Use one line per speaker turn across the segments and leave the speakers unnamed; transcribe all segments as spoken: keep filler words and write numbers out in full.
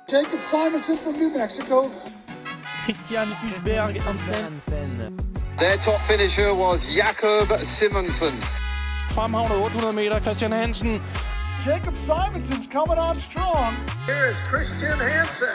Jacob Simonson from New Mexico.
Christian Hulberg Hansen.
Their top finisher was Jakob Simonsen.
Fremhavnet otte hundrede meter, Christian Hansen.
Jacob Simonson's coming on strong.
Here is Christian Hansen.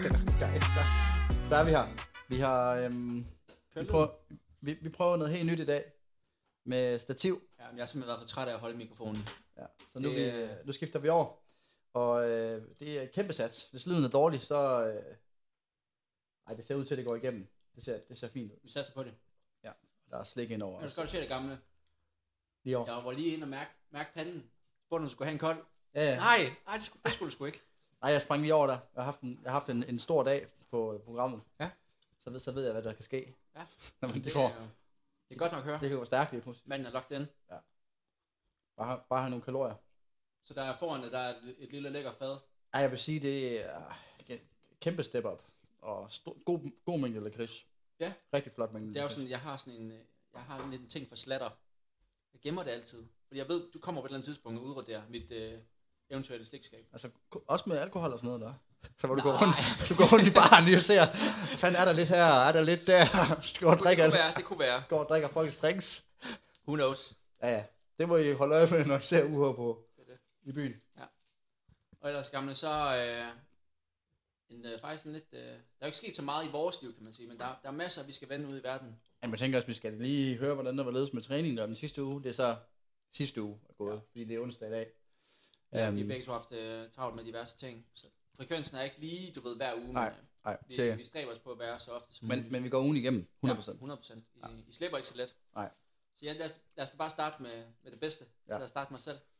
Så er vi her. Vi har øhm, vi, prøver, vi, vi prøver noget helt nyt i dag med stativ.
Ja, jeg har simpelthen været for træt af at holde mikrofonen.
Ja, så nu,
det,
vi, nu skifter vi over. Og øh, det er et kæmpe sats. Hvis lyden er dårlig, så... Øh, ej, det ser ud til, at det går igennem. Det ser, det ser fint ud.
Vi satser på det.
Ja, der er slik ind over.
Nu skal du se det gamle.
Lige over.
Jeg var lige inde og mærke, mærke panden. Spurgte, du skulle have en kold.
Ja, ja.
Nej, nej det, skulle, det skulle du sgu ikke.
Nej, jeg sprang lige over der. Jeg har haft en, jeg har haft en, en stor dag på programmet.
Ja.
Så ved, så ved jeg, hvad der kan ske.
Ja.
Når man
det,
det, får.
er, det er godt nok at høre.
Det kan gå stærkt lige pludselig.
Manden er lagt ind.
Ja. Bare, bare have nogle kalorier.
Så der er foran det, der er et, et lille lækker fad.
Ej, jeg vil sige, det er et kæmpe step up. Og st- god, god mængde lakrids.
Ja.
Rigtig flot mængde.
Det er jo sådan, jeg har sådan en, jeg har en lille ting for slatter. Jeg gemmer det altid. Fordi jeg ved, du kommer på et eller andet tidspunkt og udroderer mit øh, eventuelle slikskab.
Altså, også med alkohol og sådan noget der. Så hvor du går rundt, du går rundt i baren lige og ser, hvad fanden er der lidt her, er der lidt der, går og drikker.
Det kunne være, det kunne være.
Går og drikker folks drinks.
Who knows?
Ja, ja. Det må I holde øje med, når I ser U H på
det det.
I byen.
Ja. Og ellers gamle, så øh, en, øh, faktisk en lidt, øh, der er jo ikke sket så meget i vores liv, kan man sige, men der, der er masser, vi skal vende ud i verden.
Ja, man tænker også, vi skal lige høre, hvordan der var ledes med træningen der den sidste uge. Det er så sidste uge er gået, ja. Fordi det er onsdag i dag.
Ja,
um,
vi har begge så haft uh, travlt med diverse ting, så frekvensen er ikke lige, du ved, hver uge,
nej,
men
nej,
vi, vi stræber os på at være så ofte som
men,
muligt.
Men vi går ugen igennem, hundrede procent.
Ja, hundrede procent. I, ja. I slipper ikke så let.
Nej.
Så ja, lad os, lad os da bare starte med, med det bedste. Ja. Så jeg starte mig selv.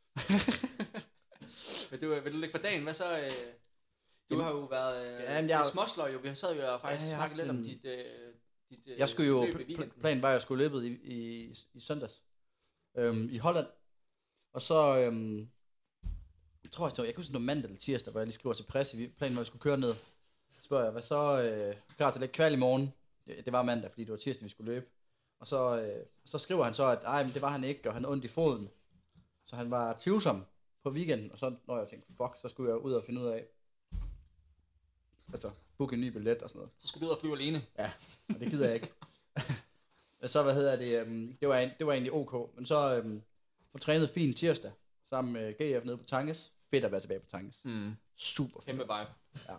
vil, du, vil du lægge for dagen? Hvad så? Øh, du Jamen, har jo været øh, ja, jeg... småsløj, jo. Vi sad jo og faktisk ja, snakket lidt en... om dit, øh, dit øh,
jeg skulle jo,
løb i weekenden.
Planen var, at jeg skulle løbet i, i, i søndags. Øhm, I Holland. Og så... Øhm, jeg tror, jeg, jeg kan huske, det var mandag eller tirsdag, hvor jeg lige skriver til presse. Planen var, at jeg skulle køre ned. Så spørger jeg, hvad så? Øh, klar til lidt kval i morgen. Det, det var mandag, fordi det var tirsdag, vi skulle løbe. Og så, øh, så skriver han så, at ej, men det var han ikke, og han havde ondt i foden. Så han var tvivlsom på weekenden. Og så, når jeg tænkte, fuck, så skulle jeg ud og finde ud af, altså, booke en ny billet og sådan noget.
Så skulle du ud og flyve alene.
Ja, og det gider jeg ikke. Så, hvad hedder det, øhm, det, var, det var egentlig ok. Men så, øhm, så trænede fint tirsdag, sammen med G F nede på Tanges. Fedt at være tilbage på Tanges.
Mm.
Super fedt.
Kæmpe vibe.
Ja.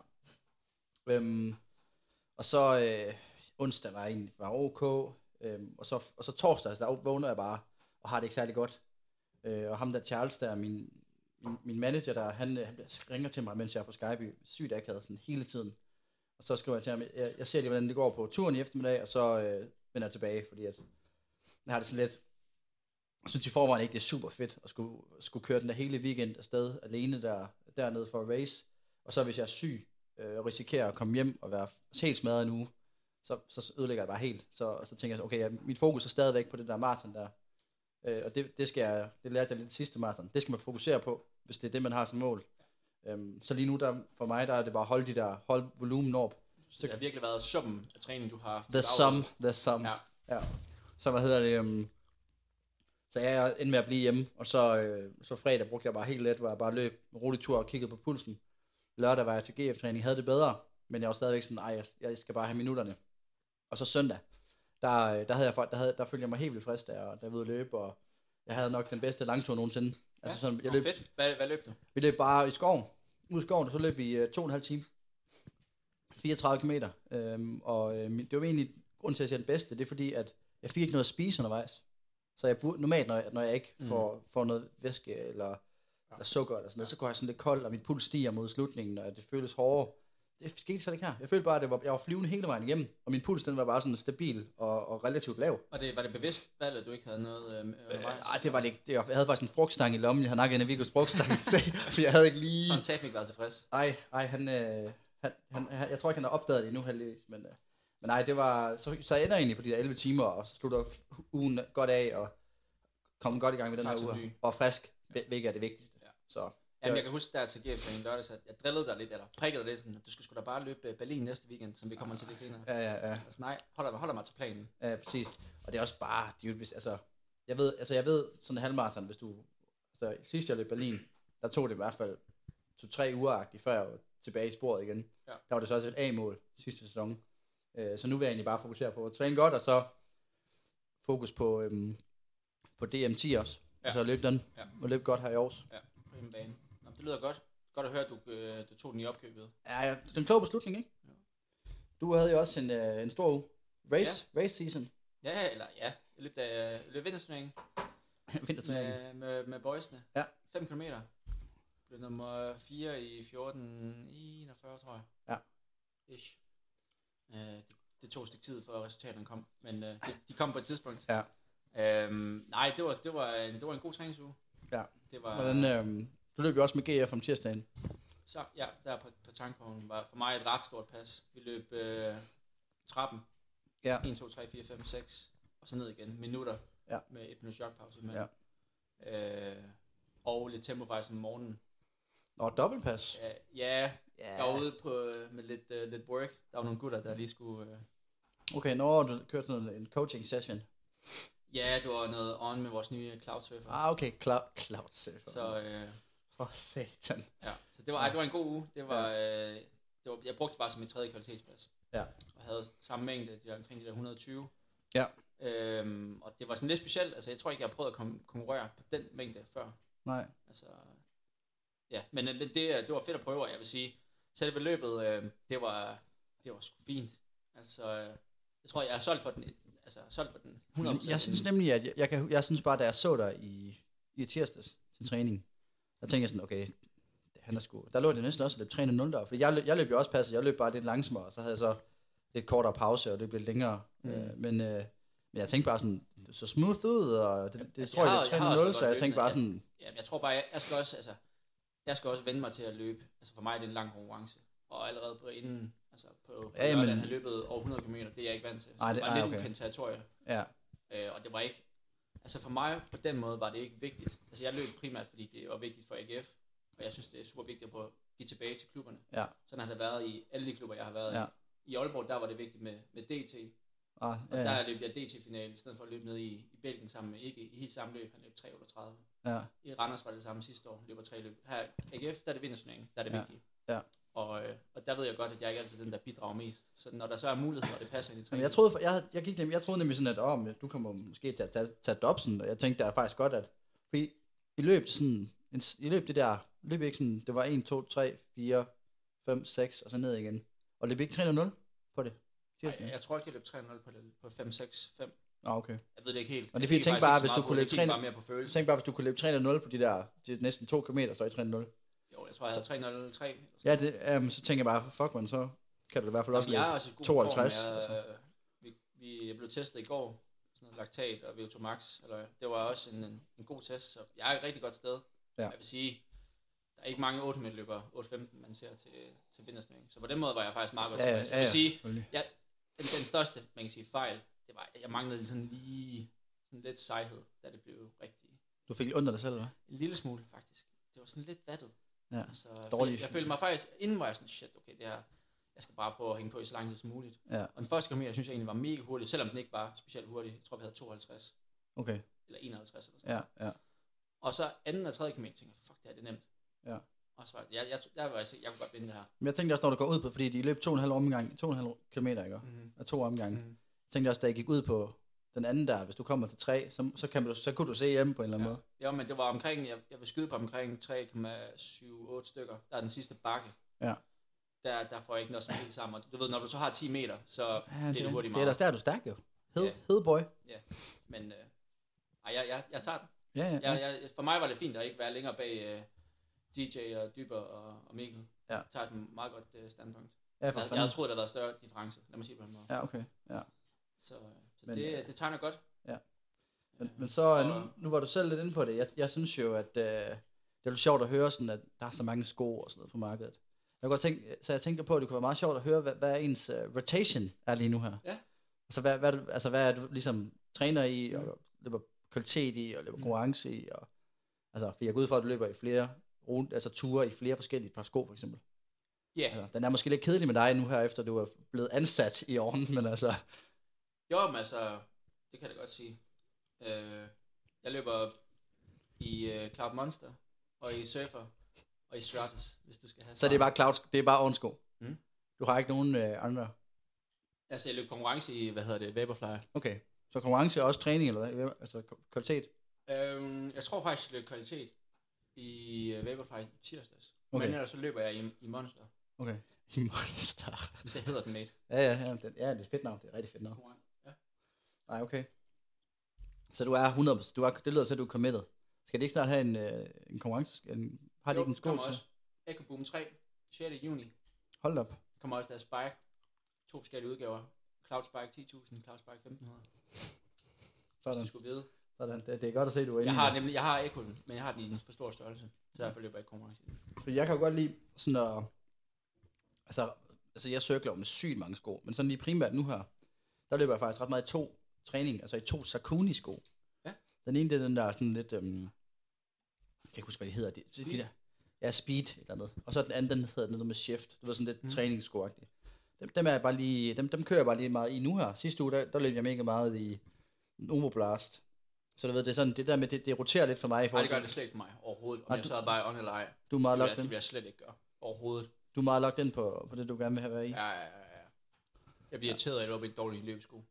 Øhm, og så øh, onsdag var egentlig var ok. Øhm, og, så, og så torsdag, der vågner jeg bare, og har det ikke særlig godt. Øh, og ham der Charles der, min, min, min manager der, han, han ringer til mig, mens jeg er på Skype. Sygt akavet sådan hele tiden. Og så skriver jeg til ham, jeg, jeg ser lige, hvordan det går på turen i eftermiddag, og så øh, vender jeg tilbage, fordi at, jeg har det sådan lidt, jeg synes i forvejen ikke, det er super fedt at skulle, skulle køre den der hele weekend afsted, alene der, dernede for at race. Og så hvis jeg er syg, øh, og risikerer at komme hjem og være helt smadret en uge, så, så ødelægger jeg bare helt. Så, så tænker jeg, okay, ja, mit fokus er stadigvæk på det der maraton der. Øh, og det, det skal jeg, det lærte jeg lidt sidste maraton. Det skal man fokusere på, hvis det er det, man har som mål. Øhm, så lige nu, der, for mig, der er det bare at holde de der, holde volumen op.
Så det har virkelig været summen af træning, du har haft.
The sum, the sum. Ja. Ja. Så hvad hedder det, um, så jeg endte med at blive hjemme, og så, øh, så fredag brugte jeg bare helt let, hvor jeg bare løb en rolig tur og kiggede på pulsen. Lørdag var jeg til G F-træning, havde det bedre, men jeg var stadigvæk sådan, ej, jeg, jeg skal bare have minutterne. Og så søndag, der, der, havde jeg, der, havde, der følte jeg mig helt vildt frisk, da jeg, da jeg var ude at løbe, og jeg havde nok den bedste langtur nogensinde.
Ja,
altså sådan, jeg
løb, fedt. Hvad, hvad løb du?
Vi løb bare i skoven, ud i skoven, og så løb vi uh, to og en halv time. fireogtredive kilometer, øhm, og øh, det var egentlig grund til at sige den bedste, det er fordi, at jeg fik ikke noget at spise undervejs. Så jeg burde, normalt, når jeg, når jeg ikke får, mm. får noget væske eller, ja. eller sukker eller sådan noget, så går jeg sådan lidt kold, og min puls stiger mod slutningen, og det føles hårdere. Det skete så ikke her. Jeg følte bare, at det var, jeg var flyvende hele vejen igennem, og min puls den var bare sådan stabil og, og relativt lav.
Og det, var det bevidst valg, at du ikke havde noget øh, undervejs?
Øh, ej, det var det ikke. Jeg havde faktisk en frugtstang i lommen. Jeg havde nakket en af Vigos frugtstang, så jeg havde ikke lige...
Sådan sagde ikke været tilfreds.
Ej, ej, han, øh, han, han, han, jeg tror ikke, han har opdaget det endnu heldigvis, men... Øh, men nej, det var... Så, så jeg ender egentlig på de der elleve timer, og så slutter ugen godt af, og kommer godt i gang med den her uge. Og frisk, ja. Hvilket er det vigtigste. Ja. Så...
Jamen, jeg kan huske, der til G F-træning lørdags, at jeg drillede dig lidt, eller prikkede dig lidt, sådan, at du skulle sgu da bare løbe Berlin næste weekend, som vi kommer til lidt senere.
Ja, ja, ja.
Altså nej, holder, holder mig til planen.
Ja, præcis. Og det er også bare, det, altså, jeg ved, altså jeg ved, sådan en halvmarathon, hvis du, altså sidst jeg løb Berlin, der tog det i hvert fald to-tre uger, før jeg tilbage i sporet igen.
Ja.
Der var det så også et A-mål sidste sæson. Øh, så nu vil jeg egentlig bare fokusere på at træne godt, og så fokus på, øhm, på D M ti også. Ja. Og så løbe den,
Ja.
og løbe godt her i Aarhus.
Ja, på hjemmebane. Nå, det lyder godt. Godt at høre, at du, øh, du tog den i opkøbet.
Ja, ja, det er en klog beslutning, ikke?
Ja.
Du havde jo også en, øh, en stor race, ja. race season.
Ja, eller ja. Jeg løb, jeg løb vinterturnering
Vinterturnering.
med, med, med boysene.
Ja.
fem kilometer. Blev nummer fire i fjorten enogfyrre, tror jeg.
Ja.
Ish. Øh, det, det tog et stykke tid, før resultaterne kom, men øh, de, de kom på et tidspunkt.
Ja.
Øhm, nej, det var, det, var en, det var en god træningsuge.
Ja.
Det var,
Hvordan, øh, du løb jo også med G F om tirsdagen.
Så, ja, der på, på tankvognen var for mig et ret stort pas. Vi løb øh, trappen.
Ja.
en, to, tre, fire, fem, seks. Og så ned igen. Minutter.
Ja.
Med et minuts jogpause.
Ja.
Øh, og lidt tempo faktisk om morgenen.
Nå, dobbeltpas.
Ja, ja,
Ja.
jeg var ude på, med lidt, uh, lidt work. Der var nogle gutter, der lige skulle... Uh...
Okay, når du kørte sådan en coaching session.
Ja, det var noget on med vores nye cloudsurfer.
Ah, okay, Cloud, cloud surfer.
Så, øh,
for satan.
ja. så det, var, ej, det var en god uge. Det var, øh, det var, jeg brugte det bare som et tredje kvalitetsplads.
Ja.
Og havde samme mængde, de der, omkring de der et hundrede og tyve.
Ja.
Øhm, og det var sådan lidt specielt. Altså, jeg tror ikke, jeg har prøvet at kom- konkurrere på den mængde før.
Nej.
Altså, ja, men, men det, det var fedt at prøve, og jeg vil sige, selve løbet, øh, det var, det var sgu fint. Altså, øh, jeg tror, jeg har solgt for den, altså, solgt for den hundrede procent.
Jeg synes nemlig, at jeg, jeg, kan, jeg synes bare, da jeg så dig i, i tirsdags til træning, der tænkte jeg sådan, okay, han er sgu, der lå det næsten også at løbe tre nul der, for jeg, løb, jeg løb jo også passet, jeg løb bare lidt langsommere, og så havde jeg så lidt kortere pause, og løb lidt længere, mm. øh, men, øh, men jeg tænkte bare sådan, det så smooth ud, og det, det
altså,
tror jeg,
jeg
det er
har- jeg har
tre nul,
også
så jeg
godt
tænkte bare
løbende,
sådan,
Ja, jeg tror bare, jeg, jeg skal også, altså, jeg skal også vende mig til at løbe. Altså for mig er det en lang konkurrence. Og allerede på inden, altså på, på
Ja,
ja,
men-
lørdagen har løbet over hundrede kilometer, det er jeg ikke vant til. Så
Ej,
det,
det-
var
ej,
lidt
okay.
ukendt territorie.
ja,
Øh, og det var ikke, altså for mig på den måde var det ikke vigtigt. Altså jeg løb primært, fordi det var vigtigt for A G F. Og jeg synes, det er super vigtigt at prøve at give tilbage til klubberne.
ja,
Sådan har det været i alle de klubber, jeg har været
ja,
i. I Aalborg, der var det vigtigt med, med D T.
ah,
Og
ja,
der
ja,
løb jeg D T-finale, i stedet for at løbe ned i, i Belgien sammen med ikke i helt samme løb. Han løb tre otteogtredive.
ja,
I Randers var det samme sidste år, løber tre løb. Her A G F, der er det vinderturnering, der er det
Ja.
vigtige.
Ja.
Og, øh, og der ved jeg godt, at jeg ikke altid er den, der bidrager mest. Så når der så er mulighed, og det passer ind i
Men
træning.
jeg troede, jeg, havde- jeg, gik nemlig, jeg troede nemlig sådan, at åh, men du kommer måske til at tage, tage dopsen, og jeg tænkte der faktisk godt, at fordi I løb sådan, en, I løb det der, løb ikke sådan, det var en, to, tre, fire, fem, seks, og så ned igen. Og løb ikke tre nul på det?
Ej,
Tirsdag?
jeg tror ikke, jeg løb tre nul på, det, på fem seks fem.
Ah, okay.
Jeg ved det ikke helt.
Og det er
Jeg
fordi, jeg
kiggede
tænkte
faktisk
bare,
ikke så
hvis
meget
du
på
kunne
det.
løbe
Jeg kiggede
tre-
bare mere på
Jeg
følelse.
tænkte bare, hvis du kunne løbe tre nul på de der, de næsten to kilometer, så i tre nul.
Jo, jeg tror, jeg havde tre nul tre.
Ja, det, um, så tænker jeg bare, fuck man, så kan du i hvert fald også
Jamen, jeg er
løbe.
også i god
tooghalvtreds,
form. Jeg,
altså.
øh, vi, vi, jeg blev testet i går. Sådan noget laktat og V O to max. Eller, det var også en, en, en god test, så jeg er et rigtig godt sted.
Ja.
Jeg vil sige, der er ikke mange otte meter løbere, otte femten, man ser til, til vintersnæring. Så på den måde var jeg faktisk meget godt
Ja, ja,
tilfreds.
ja,
Jeg vil
ja,
sige,
selvfølgelig.
jeg, den, den største, man kan sige, fejl, det var, at jeg manglede sådan lige sådan lidt sejhed, da det blev rigtig.
Du fik lidt under dig selv, eller?
En lille smule, faktisk. Det var sådan lidt vattet.
Ja,
Altså,
dårlig-
jeg, jeg følte mig faktisk, inden var jeg sådan, shit, okay, det her, jeg skal bare prøve at hænge på i så lang tid som muligt.
ja,
Og den første kilometer, synes jeg egentlig var mega hurtig, selvom den ikke var specielt hurtig. Jeg tror, vi havde tooghalvtreds
okay,
eller enoghalvtreds eller sådan.
ja, ja,
Og så anden og tredje kilometer, tænkte jeg, fuck, det her det er nemt.
ja.
Og så var jeg, jeg, jeg, jeg, var, jeg, jeg kunne godt vinde det her.
Men jeg tænkte også, når du går ud på, fordi de løb to og en halv omgang, to og en halv kilometer, ikke?
Mm-hmm.
Og to omgange.
Mm-hmm.
Jeg tænkte også, da jeg gik ud på den anden der, hvis du kommer til tre, så, så, kan du, så kunne du se hjemme på en eller anden
Ja.
måde.
ja, men det var omkring, jeg, jeg vil skyde på omkring tre komma syv otte stykker. Der er den sidste bakke.
Ja.
Der, der får jeg ikke noget sådan helt sammen. Og du ved, når du så har ti meter, så
Ja,
bliver det hurtigt
det er
meget.
ellers der, er du stærk jo. Hed,
Ja.
hed boy.
Men øh, ej, jeg, jeg, jeg tager den.
Ja, ja, ja.
Jeg, jeg, for mig var det fint at ikke være længere bag øh, D J og Dyber og, og Mikkel.
Ja.
Jeg tager et meget godt øh, standpunkt.
Ja,
Jeg,
for
jeg, jeg
fanden.
havde troet, der havde været større difference. Lad mig sige det på den måde.
Ja, okay. Ja.
Så, så
Men,
det,
øh,
det tegner godt.
Ja. Men,
Øh,
men så,
og-
nu, nu var du selv lidt inde på det. Jeg, jeg synes jo, at øh, det er lidt sjovt at høre sådan, at der er så mange sko og sådan noget på markedet. Jeg kunne godt tænke, så jeg tænkte på, at det kunne være meget sjovt at høre, hvad, hvad ens uh, rotation er lige nu her.
Ja.
Altså, hvad, hvad, er du- altså, hvad er du ligesom træner i, og løber kvalitet i, og løber konkurrence i, og altså, for jeg går ud fra, at du løber i flere runde, altså ture i flere forskellige par sko, for eksempel.
Ja,
Altså, den er måske lidt kedelig med dig nu her, efter du er blevet ansat i åren, men altså,
jo, men altså, det kan jeg da godt sige. Øh, jeg løber i øh, Cloud Monster og i Surfer og i Stratus, hvis du skal have.
Så det er bare cloud, det er bare ovensko.
Mm.
Du har ikke nogen øh, andre?
Altså, jeg løb konkurrence i, hvad hedder det, Vaporfly.
Okay. Så konkurrence er også træning, eller hvad? Altså kvalitet?
Øhm, jeg tror faktisk, jeg løb kvalitet i uh, Vaporfly i tirsdags.
Okay.
Men ellers så løber jeg i, i Monster.
Okay. I Monster.
Det hedder den, mate.
Ja, ja, ja, det, ja, det er fedt navn. Det er rigtig fedt navn.
Ja.
Nej, okay. Så du er hundrede procent, du er, det lyder til, at du er committed. Skal det ikke snart have en, øh, en konkurrence? En, har de
Jo,
ikke en sko
kommer
til?
også Echo Boom tre, sjette juni.
Hold da op.
Kommer også der Spike. To forskellige udgaver. Cloud Spike ti tusind, Cloud Spike femten hundrede.
Sådan.
Du skulle vide.
Sådan. Det, det er godt at se, at du er inde
Jeg
i
har
det.
nemlig, jeg har Echo'en, men jeg har den i en for stor størrelse. Så derfor løber jeg ikke konkurrence i den.
For jeg kan jo godt lide sådan at... Altså, altså jeg cirkler jo med sygt mange sko, men sådan lige primært nu her, der løber jeg faktisk ret meget i to træning, altså i to Saucony-sko.
Ja.
Den ene, det er den der sådan lidt... Øhm, jeg kan ikke huske, hvad de hedder. De,
Speed?
de der, ja, Speed eller noget. Og så den anden, den hedder noget med Shift. Det var sådan lidt mm. træningssko-agtigt. Dem, dem, er jeg bare lige, dem, dem kører jeg bare lige meget i nu her. Sidste uge, der, der løb jeg mega meget i Novo Blast. Så du ved, det er sådan, det der med, det, det roterer lidt for mig i
Nej,
forhold
det
til...
gør det slet ikke for mig overhovedet. Om
Nej,
jeg
du-
så er bare on eller ej.
Du er meget
Det vil,
lagt
jeg, det
ind.
vil jeg slet ikke gøre. Overhovedet.
Du er meget lagt ind på, på det, du gerne vil have været i.
Ja, ja, ja, ja. Jeg bliver irriteret af at løbe i et dårligt løbesko.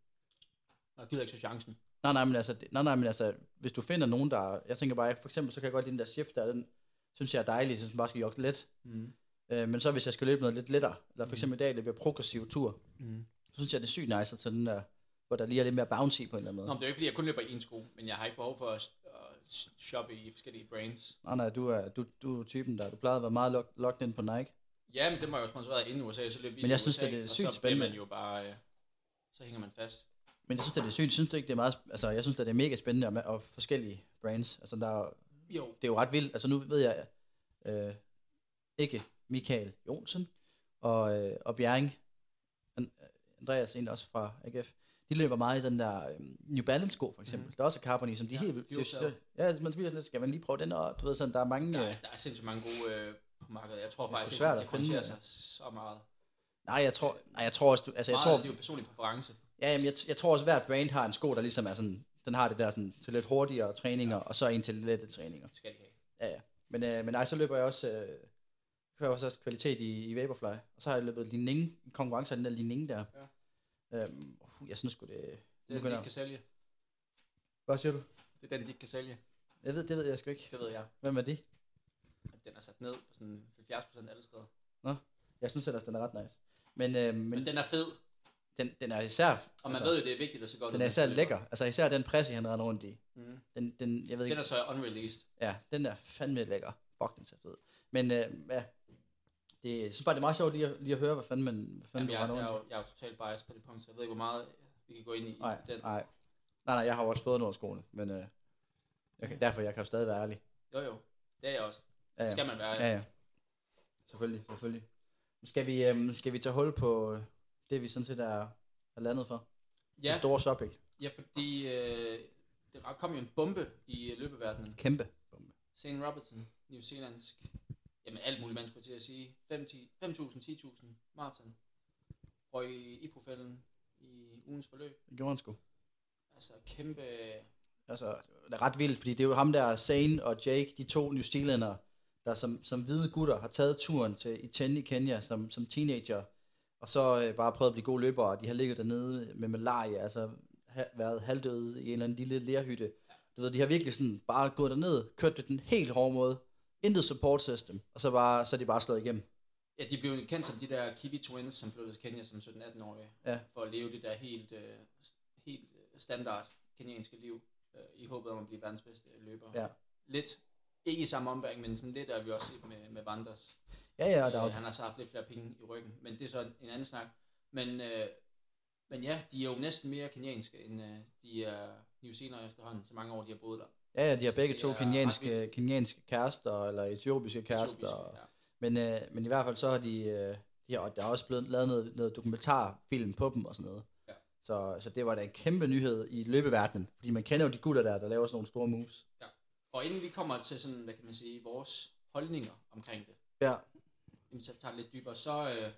Jeg gider ikke så chancen.
Nej, nej, men altså, det- nej, nej, men altså, hvis du finder nogen, der... Jeg tænker bare, for eksempel, så kan jeg godt lide den der Shift der, den synes jeg er dejlig, så den bare skal jogge let.
Mm.
Øh, men så hvis jeg skal løbe noget lidt lettere, eller for eksempel i dag løber jeg progressiv tur,
Mm.
så synes jeg, det er sygt nice at tage den der, hvor der lige er lidt mere bouncy på en eller anden
Nå,
måde.
men det er jo ikke fordi, jeg kun løber i en sko, men jeg har ikke behov for at, at shoppe i forskellige brands.
Nej, nej, du er, du, du er typen der, du plejede at være meget log- locked ind på Nike.
Ja, men det var jo sponsoreret inden U S A, så løb vi
Men
i
jeg synes,
U S A,
det er
og
sygt
så
spændende.
bliver man jo bare, øh, så hænger man fast.
Men jeg synes, det er sygt. Synes du ikke, det er meget... Altså, jeg synes, at det er mega spændende og, og forskellige brands. Altså, der er,
Jo.
det er jo ret vildt. Altså, nu ved jeg øh, ikke Michael Jonsen og, øh, og Bjerring, An- Andreas egentlig også fra A G F, de løber meget i den der øh, New Balance sko, for eksempel. Mm. Der er også Carboni, som de
Ja,
helt vildt...
Fuel
det-
Cell.
Ja, man bliver sådan lidt, skal man lige prøve den, og du ved sådan, der er mange...
Der,
Øh,
er- der er sindssygt mange gode øh, på markedet. Jeg tror
Det er
faktisk
sgu
ikke,
svært
det
at finde,
differentierer
øh,
sig så meget.
nej, jeg tror, nej, jeg tror også... Du, altså, jeg
Meget
tror,
af det er jo personlig præference.
ja, jamen, jeg, jeg tror også, at hver brand har en sko, der ligesom er sådan... Den har det der sådan, til lidt hurtigere træninger, og så en til lidt lette træninger.
Det skal de have.
Ja, ja. Men, øh, men nej, så løber jeg også, øh, kører også, også kvalitet i, i Vaporfly. Og så har jeg løbet Li Ning, konkurrence af den der Li Ning der. Ja. Øhm, uh, jeg synes sgu det...
Det er
nu
den,
kan
de
jeg-
ikke kan sælge.
Hvad siger du?
Det er den, de ikke kan sælge.
Jeg ved, det ved jeg sgu ikke.
Det ved jeg.
Hvem er de?
At den er sat ned på sådan halvfjerds procent alle steder.
Jeg synes ellers, den er ret nice. Men, øh, men,
Men den er fed,
den, den er især...
og man ved jo, det er vigtigt at så godt
den er især lækker. Altså især den presse, han render rundt i.
Mm.
Den, den, jeg ved
Den
ikke...
er så unreleased.
Ja, den er fandme lækker. Fuck, den er fed. Men øh, ja, det, jeg synes bare, det er meget sjovt lige at, lige at høre, hvad fanden, man, hvad fanden
Jamen,
du
jeg,
render
jeg, er
rundt
jo, jeg er jo totalt biased på det punkt, så jeg ved ikke, hvor meget vi kan gå ind i,
Nej,
i den.
nej. Nej, nej, jeg har jo også fået noget af skoene, men øh, jeg kan, derfor jeg kan jo stadig være ærlig.
Jo, jo. Det er jeg også.
Ja, ja.
Skal man være.
Ja, ja. Selvfølgelig, selvfølgelig. Skal vi, øhm, skal vi tage hul på øh, det, vi sådan set er, er landet for?
Ja,
Det store topic.
ja fordi øh, det kom jo en bombe i øh, løbeverdenen.
Kæmpe bombe.
Shane Robertson, New Zealandsk. Jamen alt muligt, man skulle til at sige. fem tusind, ti tusind maraton. Røg i ibuprofen i ugens forløb.
Det gjorde han sgu.
Altså kæmpe...
Altså, det er ret vildt, fordi det er jo ham der, Zane og Jake, de to New Zealandere, der som, som hvide gutter har taget turen til Iten i Kenya som, som teenager, og så øh, bare prøvet at blive gode løbere, og de har ligget dernede med malaria, altså ha, været halvdøde i en eller anden lille lerhytte. Du ved, de har virkelig sådan bare gået derned, kørt det den helt hårde måde, intet support system, og så, bare, så er de bare slået igennem.
Ja, de blev kendt som de der Kiwi Twins, som flyttede til Kenya som sytten atten-årige.
Ja.
For at leve det der helt, øh, helt standard kenyanske liv, øh, i håbet om at blive verdens bedste løber.
Ja.
Lidt, ikke i samme ombæring, men sådan lidt er vi også set med, med Vanders.
Ja, ja, og der er
Øh,
jo
han har så haft lidt flere penge i ryggen, men det er så en anden snak. Men, øh, men ja, de er jo næsten mere kenyanske, end øh, de er New Zealand efterhånden, så mange år de har boet der.
Ja, ja, de har
Så
begge
det
to
er ret
kenyanske, kenyanske kærester, eller etiopiske kærester.
Etiopiske, ja.
Men, øh, men i hvert fald så har de, øh, de har, der er også blevet lavet noget, noget dokumentarfilm på dem og sådan noget.
Ja.
Så, så det var da en kæmpe nyhed i løbeverdenen, fordi man kender jo de gutter der, der laver sådan nogle store moves.
Ja. Og inden vi kommer til sådan, hvad kan man sige, vores holdninger omkring det,
Ja.
hvis jeg tager lidt dybere, så øh,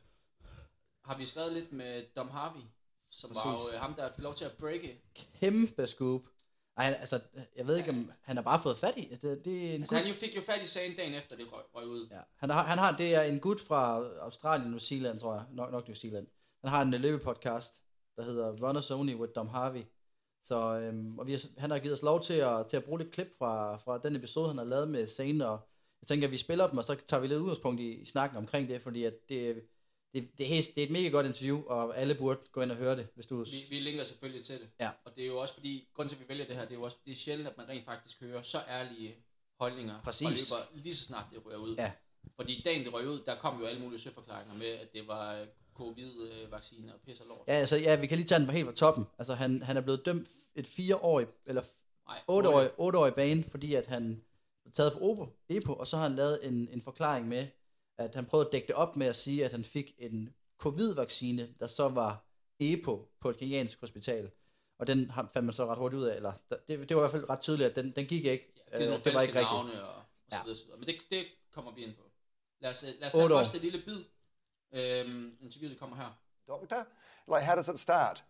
har vi skrevet lidt med Dom Harvey, som Præcis. var jo øh, ham, der fik lov til at breake.
Kæmpe scoop. Ej, altså, jeg ved ikke, om han har bare fået fat i. Det, det er en
Altså
gut.
han jo fik jo fat i sagen dagen efter, det røg, røg ud.
Ja. Han, har, han har, det er en gut fra Australien, New Zealand, tror jeg. Nok, nok New Zealand. Han har en løbepodcast, der hedder Runners Only with Dom Harvey. Så, øhm, og vi har, han har givet os lov til at, til at bruge lidt klip fra, fra den episode, han har lavet med Zane, og jeg tænker, at vi spiller dem, og så tager vi lidt udgangspunkt i, i snakken omkring det, fordi at det, det, det, er, det er et mega godt interview, og alle burde gå ind og høre det, hvis du...
Vi, vi linker selvfølgelig til det.
Ja.
Og det er jo også fordi, grunden til at vi vælger det her, det er jo også, det er sjældent, at man rent faktisk hører så ærlige holdninger.
Præcis.
Og løber lige så snart det rører ud.
Ja.
Fordi dagen det røg ud, der kom jo alle mulige søforklaringer med, at det var covid-vacciner og pis og lort.
Ja, altså, ja, vi kan lige tage den helt fra toppen. Altså, han, han er blevet dømt et fireårig, eller
Nej,
otteårig, otteårig bane, fordi at han blev taget for Opo, Epo, og så har han lavet en, en forklaring med, at han prøvede at dække det op med at sige, at han fik en covid-vaccine, der så var Epo på et keniansk hospital. Og den fandt man så ret hurtigt ud af, eller det, det var i hvert fald ret tydeligt, at den, den gik ikke.
Ja, det er nogle
det var ikke rigtigt.
navne og, og så
Ja.
videre, så videre. Men det, det kommer vi ind på. Lad os, lad os
Otte
tage
år.
første lille bid. Øhm, interviewet kommer her.
Doctor, like how does it start?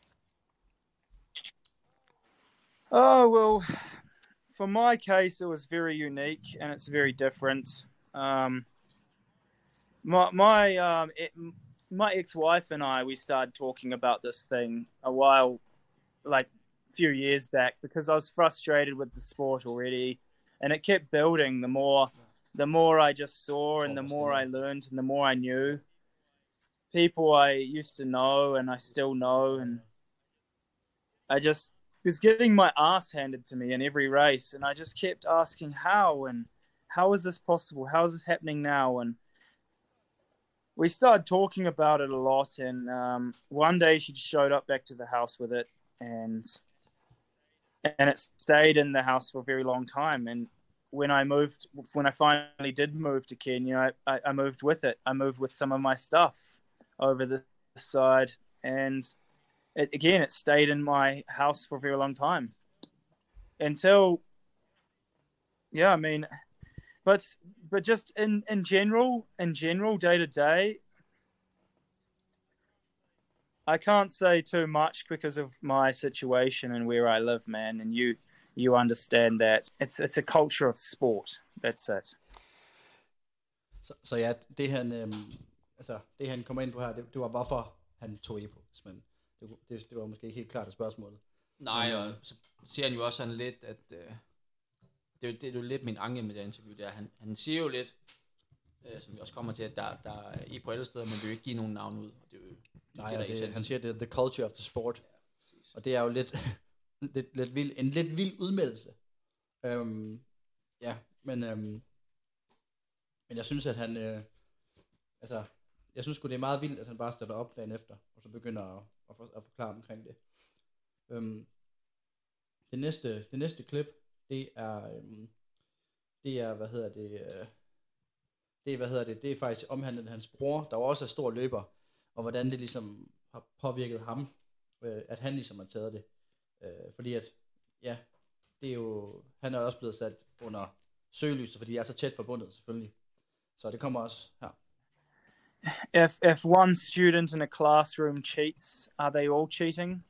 Oh, well, for my case, it was very unique and it's very different. Um, my my um, it, my ex-wife and I, we started talking about this thing a while, like a few years back, because I was frustrated with the sport already, and it kept building. The more, the more I just saw, and the more I learned, and the more I knew. People I used to know, and I still know, and I just was getting my ass handed to me in every race, and I just kept asking how, and how is this possible? How is this happening now? And we started talking about it a lot, and um, one day she showed up back to the house with it, and and it stayed in the house for a very long time. And when I moved, when I finally did move to Kenya, I, I, I moved with it. I moved with some of my stuff over the side, and it, again, it stayed in my house for a very long time until, yeah, I mean, but but just in, in general, in general, day to day, I can't say too much because of my situation and where I live, man. And you you understand that it's it's a culture of sport. That's it.
Så, så ja, det han, øhm, altså det han kommer ind på her, det, det var hvorfor han tog Epo, men det, det, det var måske ikke helt klart af spørgsmålet.
Nej, og så siger han jo også sådan lidt, at øh, det, er jo, det er jo lidt min anke med det interview der. Han, han siger jo lidt, øh, som vi også kommer til, at der, der er i på alle steder, men det vil jo ikke give nogen navn ud. Det er jo,
Nej,
det,
det,
det,
det, han siger, det er the culture of the sport.
Ja,
og det er jo lidt, lidt, lidt vild, en lidt vild udmeldelse. Øhm, ja, men, øhm, men jeg synes, at han, øh, altså, jeg synes sgu, det er meget vildt, at han bare stiller op dagen efter, og så begynder at, at, for, at forklare omkring det. Øhm, det, næste, det næste klip, det er, øhm, det er, hvad hedder det, øh, det er, hvad hedder det, det er faktisk omhandlet hans bror, der også er stor løber, og hvordan det ligesom har påvirket ham, øh, at han ligesom har taget det. Øh, fordi at, ja, det er jo, han er også blevet sat under søgelyset, fordi de er så tæt forbundet selvfølgelig. Så det kommer også her.
If if one student in a classroom cheats, are they all cheating?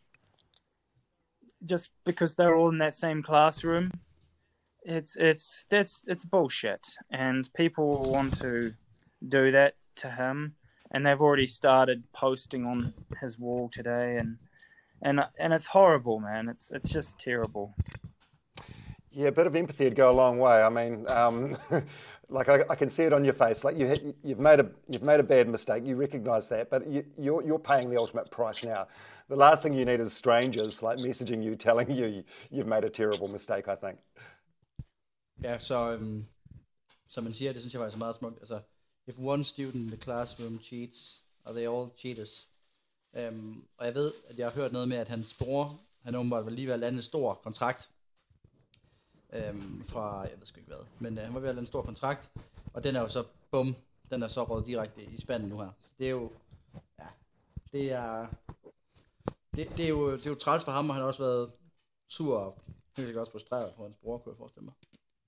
Just because they're all in that same classroom? It's it's that's it's bullshit, and people want to do that to him, and they've already started posting on his wall today, and and and it's horrible, man. It's it's just terrible.
Yeah, a bit of empathy would go a long way. I mean, um, like I, I can see it on your face. Like you, you've made a you've made a bad mistake. You recognise that, but you, you're you're paying the ultimate price now. The last thing you need is strangers like messaging you, telling you you've made a terrible mistake. I think.
Ja, så um, som man siger, det synes jeg var så meget smukt. Altså, if one student in the classroom cheats, are they all cheaters? Um, og jeg ved, at jeg har hørt noget med, at hans bror, han åbenbart var lige ved at lande en stor kontrakt. Um, fra, jeg ved sgu ikke hvad, men uh, han var ved at lande en stor kontrakt, og den er jo så, bum, den er så røget direkte i spanden nu her. Så det er jo, ja, det er, det, det er jo, det er jo træls for ham, og han har også været sur og helt sikkert også frustreret på hans bror, kunne jeg forestille mig.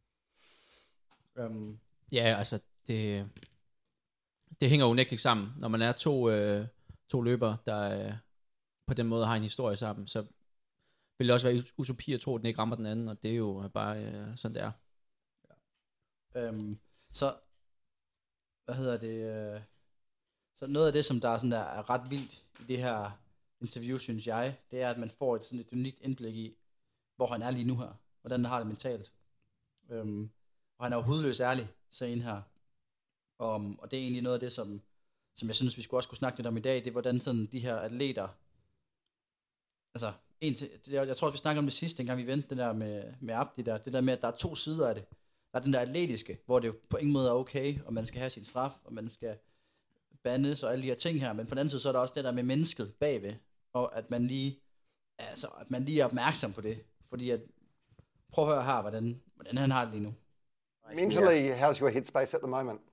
Um,
Ja, altså, det, det hænger unægteligt sammen. Når man er to, øh, to løbere, der øh, på den måde har en historie sammen, så vil også være utopi at tro, at den ikke rammer den anden, og det er jo bare øh, sådan, det er.
Øhm, så, hvad hedder det, øh, så noget af det, som der er, sådan der er ret vildt i det her interview, synes jeg, det er, at man får et, sådan et unikt indblik i, hvor han er lige nu her, hvordan han har det mentalt. Øhm, og han er jo hudløs ærlig, så en her. Og, og det er egentlig noget af det, som, som jeg synes, vi skulle også kunne snakke lidt om i dag, det er, hvordan sådan de her atleter, altså, en til, jeg, jeg tror, at vi snakkede om det sidste, dengang vi vendte det der med, med Abdi der, det der med, at der er to sider af det. Der er den der atletiske, hvor det jo på ingen måde er okay, og man skal have sin straf, og man skal bandes og alle de her ting her, men på den anden side, så er der også det der med mennesket bagved, og at man lige, altså, at man lige er opmærksom på det, fordi at, prøv at høre her, hvordan, hvordan han har det lige nu.
Mentally, how's your headspace at the moment?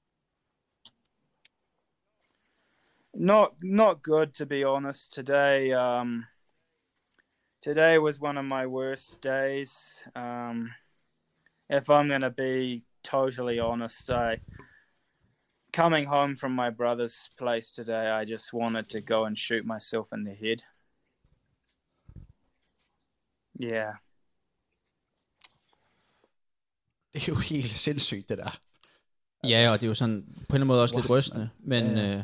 Not not good, to be honest. Today, um, today was one of my worst days. Um, if I'm gonna be totally honest, I coming home from my brother's place today, I just wanted to go and shoot myself in the head. Yeah.
Det er jo helt sindssygt, det der.
Ja, og det er jo sådan, på en eller anden måde også
What?
lidt rystende, men,
Ja, ja.
Øh,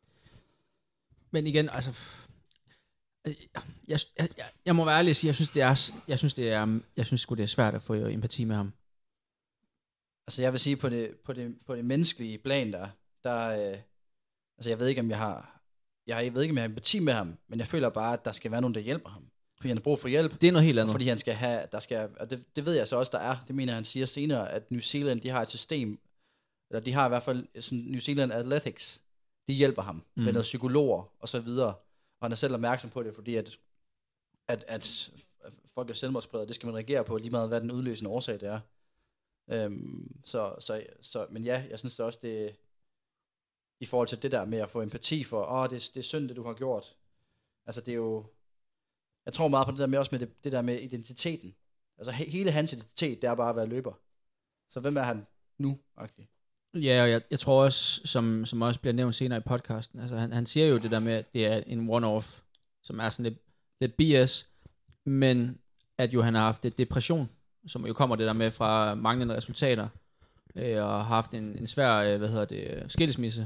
men igen, altså, jeg, jeg, jeg, jeg må være ærlig og sige, jeg synes, det er, jeg synes, det er, jeg synes sgu, det er svært at få empati med ham.
Altså jeg vil sige, på det, på det, på det menneskelige plan der, der øh, altså jeg ved ikke, om jeg har, jeg ved ikke, om jeg har empati med ham, men jeg føler bare, at der skal være nogen, der hjælper ham. Fordi han har brug for hjælp.
Det er noget helt andet.
Fordi han skal have, der skal, og det, det ved jeg så også, der er, det mener han siger senere, at New Zealand, de har et system, eller de har i hvert fald sådan New Zealand Athletics, de hjælper ham mm. med noget psykologer og så videre. Og han er selv opmærksom på det, fordi at, at, at folk er selvmordspræget, det skal man reagere på, lige meget hvad den udløsende årsag det er. Øhm, så, så, så, men ja, jeg synes det også, det i forhold til det der med at få empati for, åh, oh, det, det er synd, det du har gjort. Altså det er jo, jeg tror meget på det der med også med det, det der med identiteten. Altså he, hele hans identitet, det er bare at være løber. Så hvem er han nu, agtig?
Ja, og jeg, jeg tror også, som, som også bliver nævnt senere i podcasten, altså han, han siger jo det der med, at det er en one-off, som er sådan lidt, lidt B S, men at jo han har haft et depression, som jo kommer det der med fra manglende resultater, øh, og har haft en, en svær, øh, hvad hedder det, skilsmisse,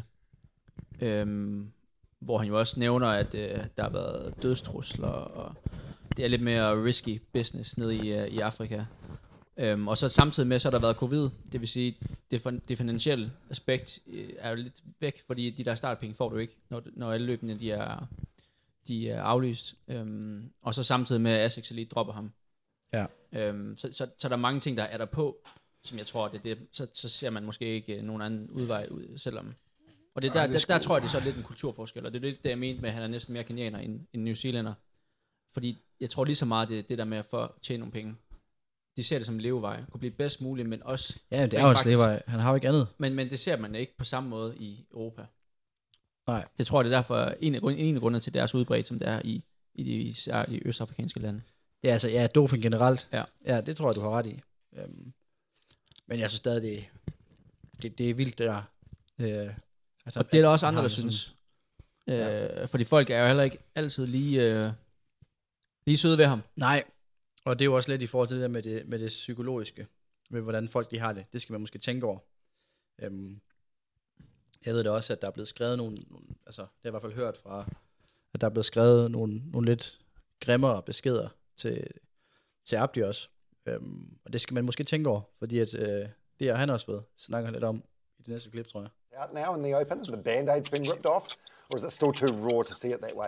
øh, hvor han jo også nævner, at øh, der har været dødstrusler, og det er lidt mere risky business nede i, øh, i Afrika. Øhm, og så samtidig med, så har der været covid, det vil sige, det, for, det finansielle aspekt øh, er jo lidt væk, fordi de der startpenge får du ikke, når, når alle løbende de er, de er aflyst. Øhm, og så samtidig med, at Asics Elite dropper ham.
Ja.
Øhm, så, så, så der er mange ting, der er der på, som jeg tror, det er det, så, så ser man måske ikke nogen anden udvej ud, selvom. Og det, der,
Ej, det
der,
sgu...
der tror jeg, det er så lidt en kulturforskel, og det er lidt det, jeg mente med, at han er næsten mere kenianer end, end New Zealander. Fordi jeg tror lige så meget, det det der med at få tjene nogle penge. De ser det som levevej, kunne blive bedst muligt, men også...
Ja, det er jo også levevej. Han har jo ikke andet.
Men, men det ser man ikke på samme måde i Europa.
Nej.
Det tror jeg, det er derfor en af, en af grundene til deres udbredt, som det er i, i de, især de østafrikanske lande.
Ja, altså, ja, doping generelt.
Ja.
Ja, det tror jeg, du har ret i. Øhm, men jeg synes stadig, det, det, det er vildt, det der. Øh, altså,
og det er der også andre, der
sådan,
synes. Øh,
ja.
Fordi folk er jo heller ikke altid lige, øh, lige søde ved ham.
Nej, og det er jo også lidt i forhold til det der med det, med det psykologiske, med hvordan folk de har det. Det skal man måske tænke over. Øhm, jeg ved da også, at der er blevet skrevet nogle, nogle, altså det har jeg i hvert fald hørt fra, at der er blevet skrevet nogle, nogle lidt grimmere beskeder til, til Abdi også. Øhm, og det skal man måske tænke over, fordi at, øh, det har han også ved, snakker lidt om i det næste klip, tror jeg.
Out now in the open, and the band-aid's been ripped off, or is it still too raw to see it that way?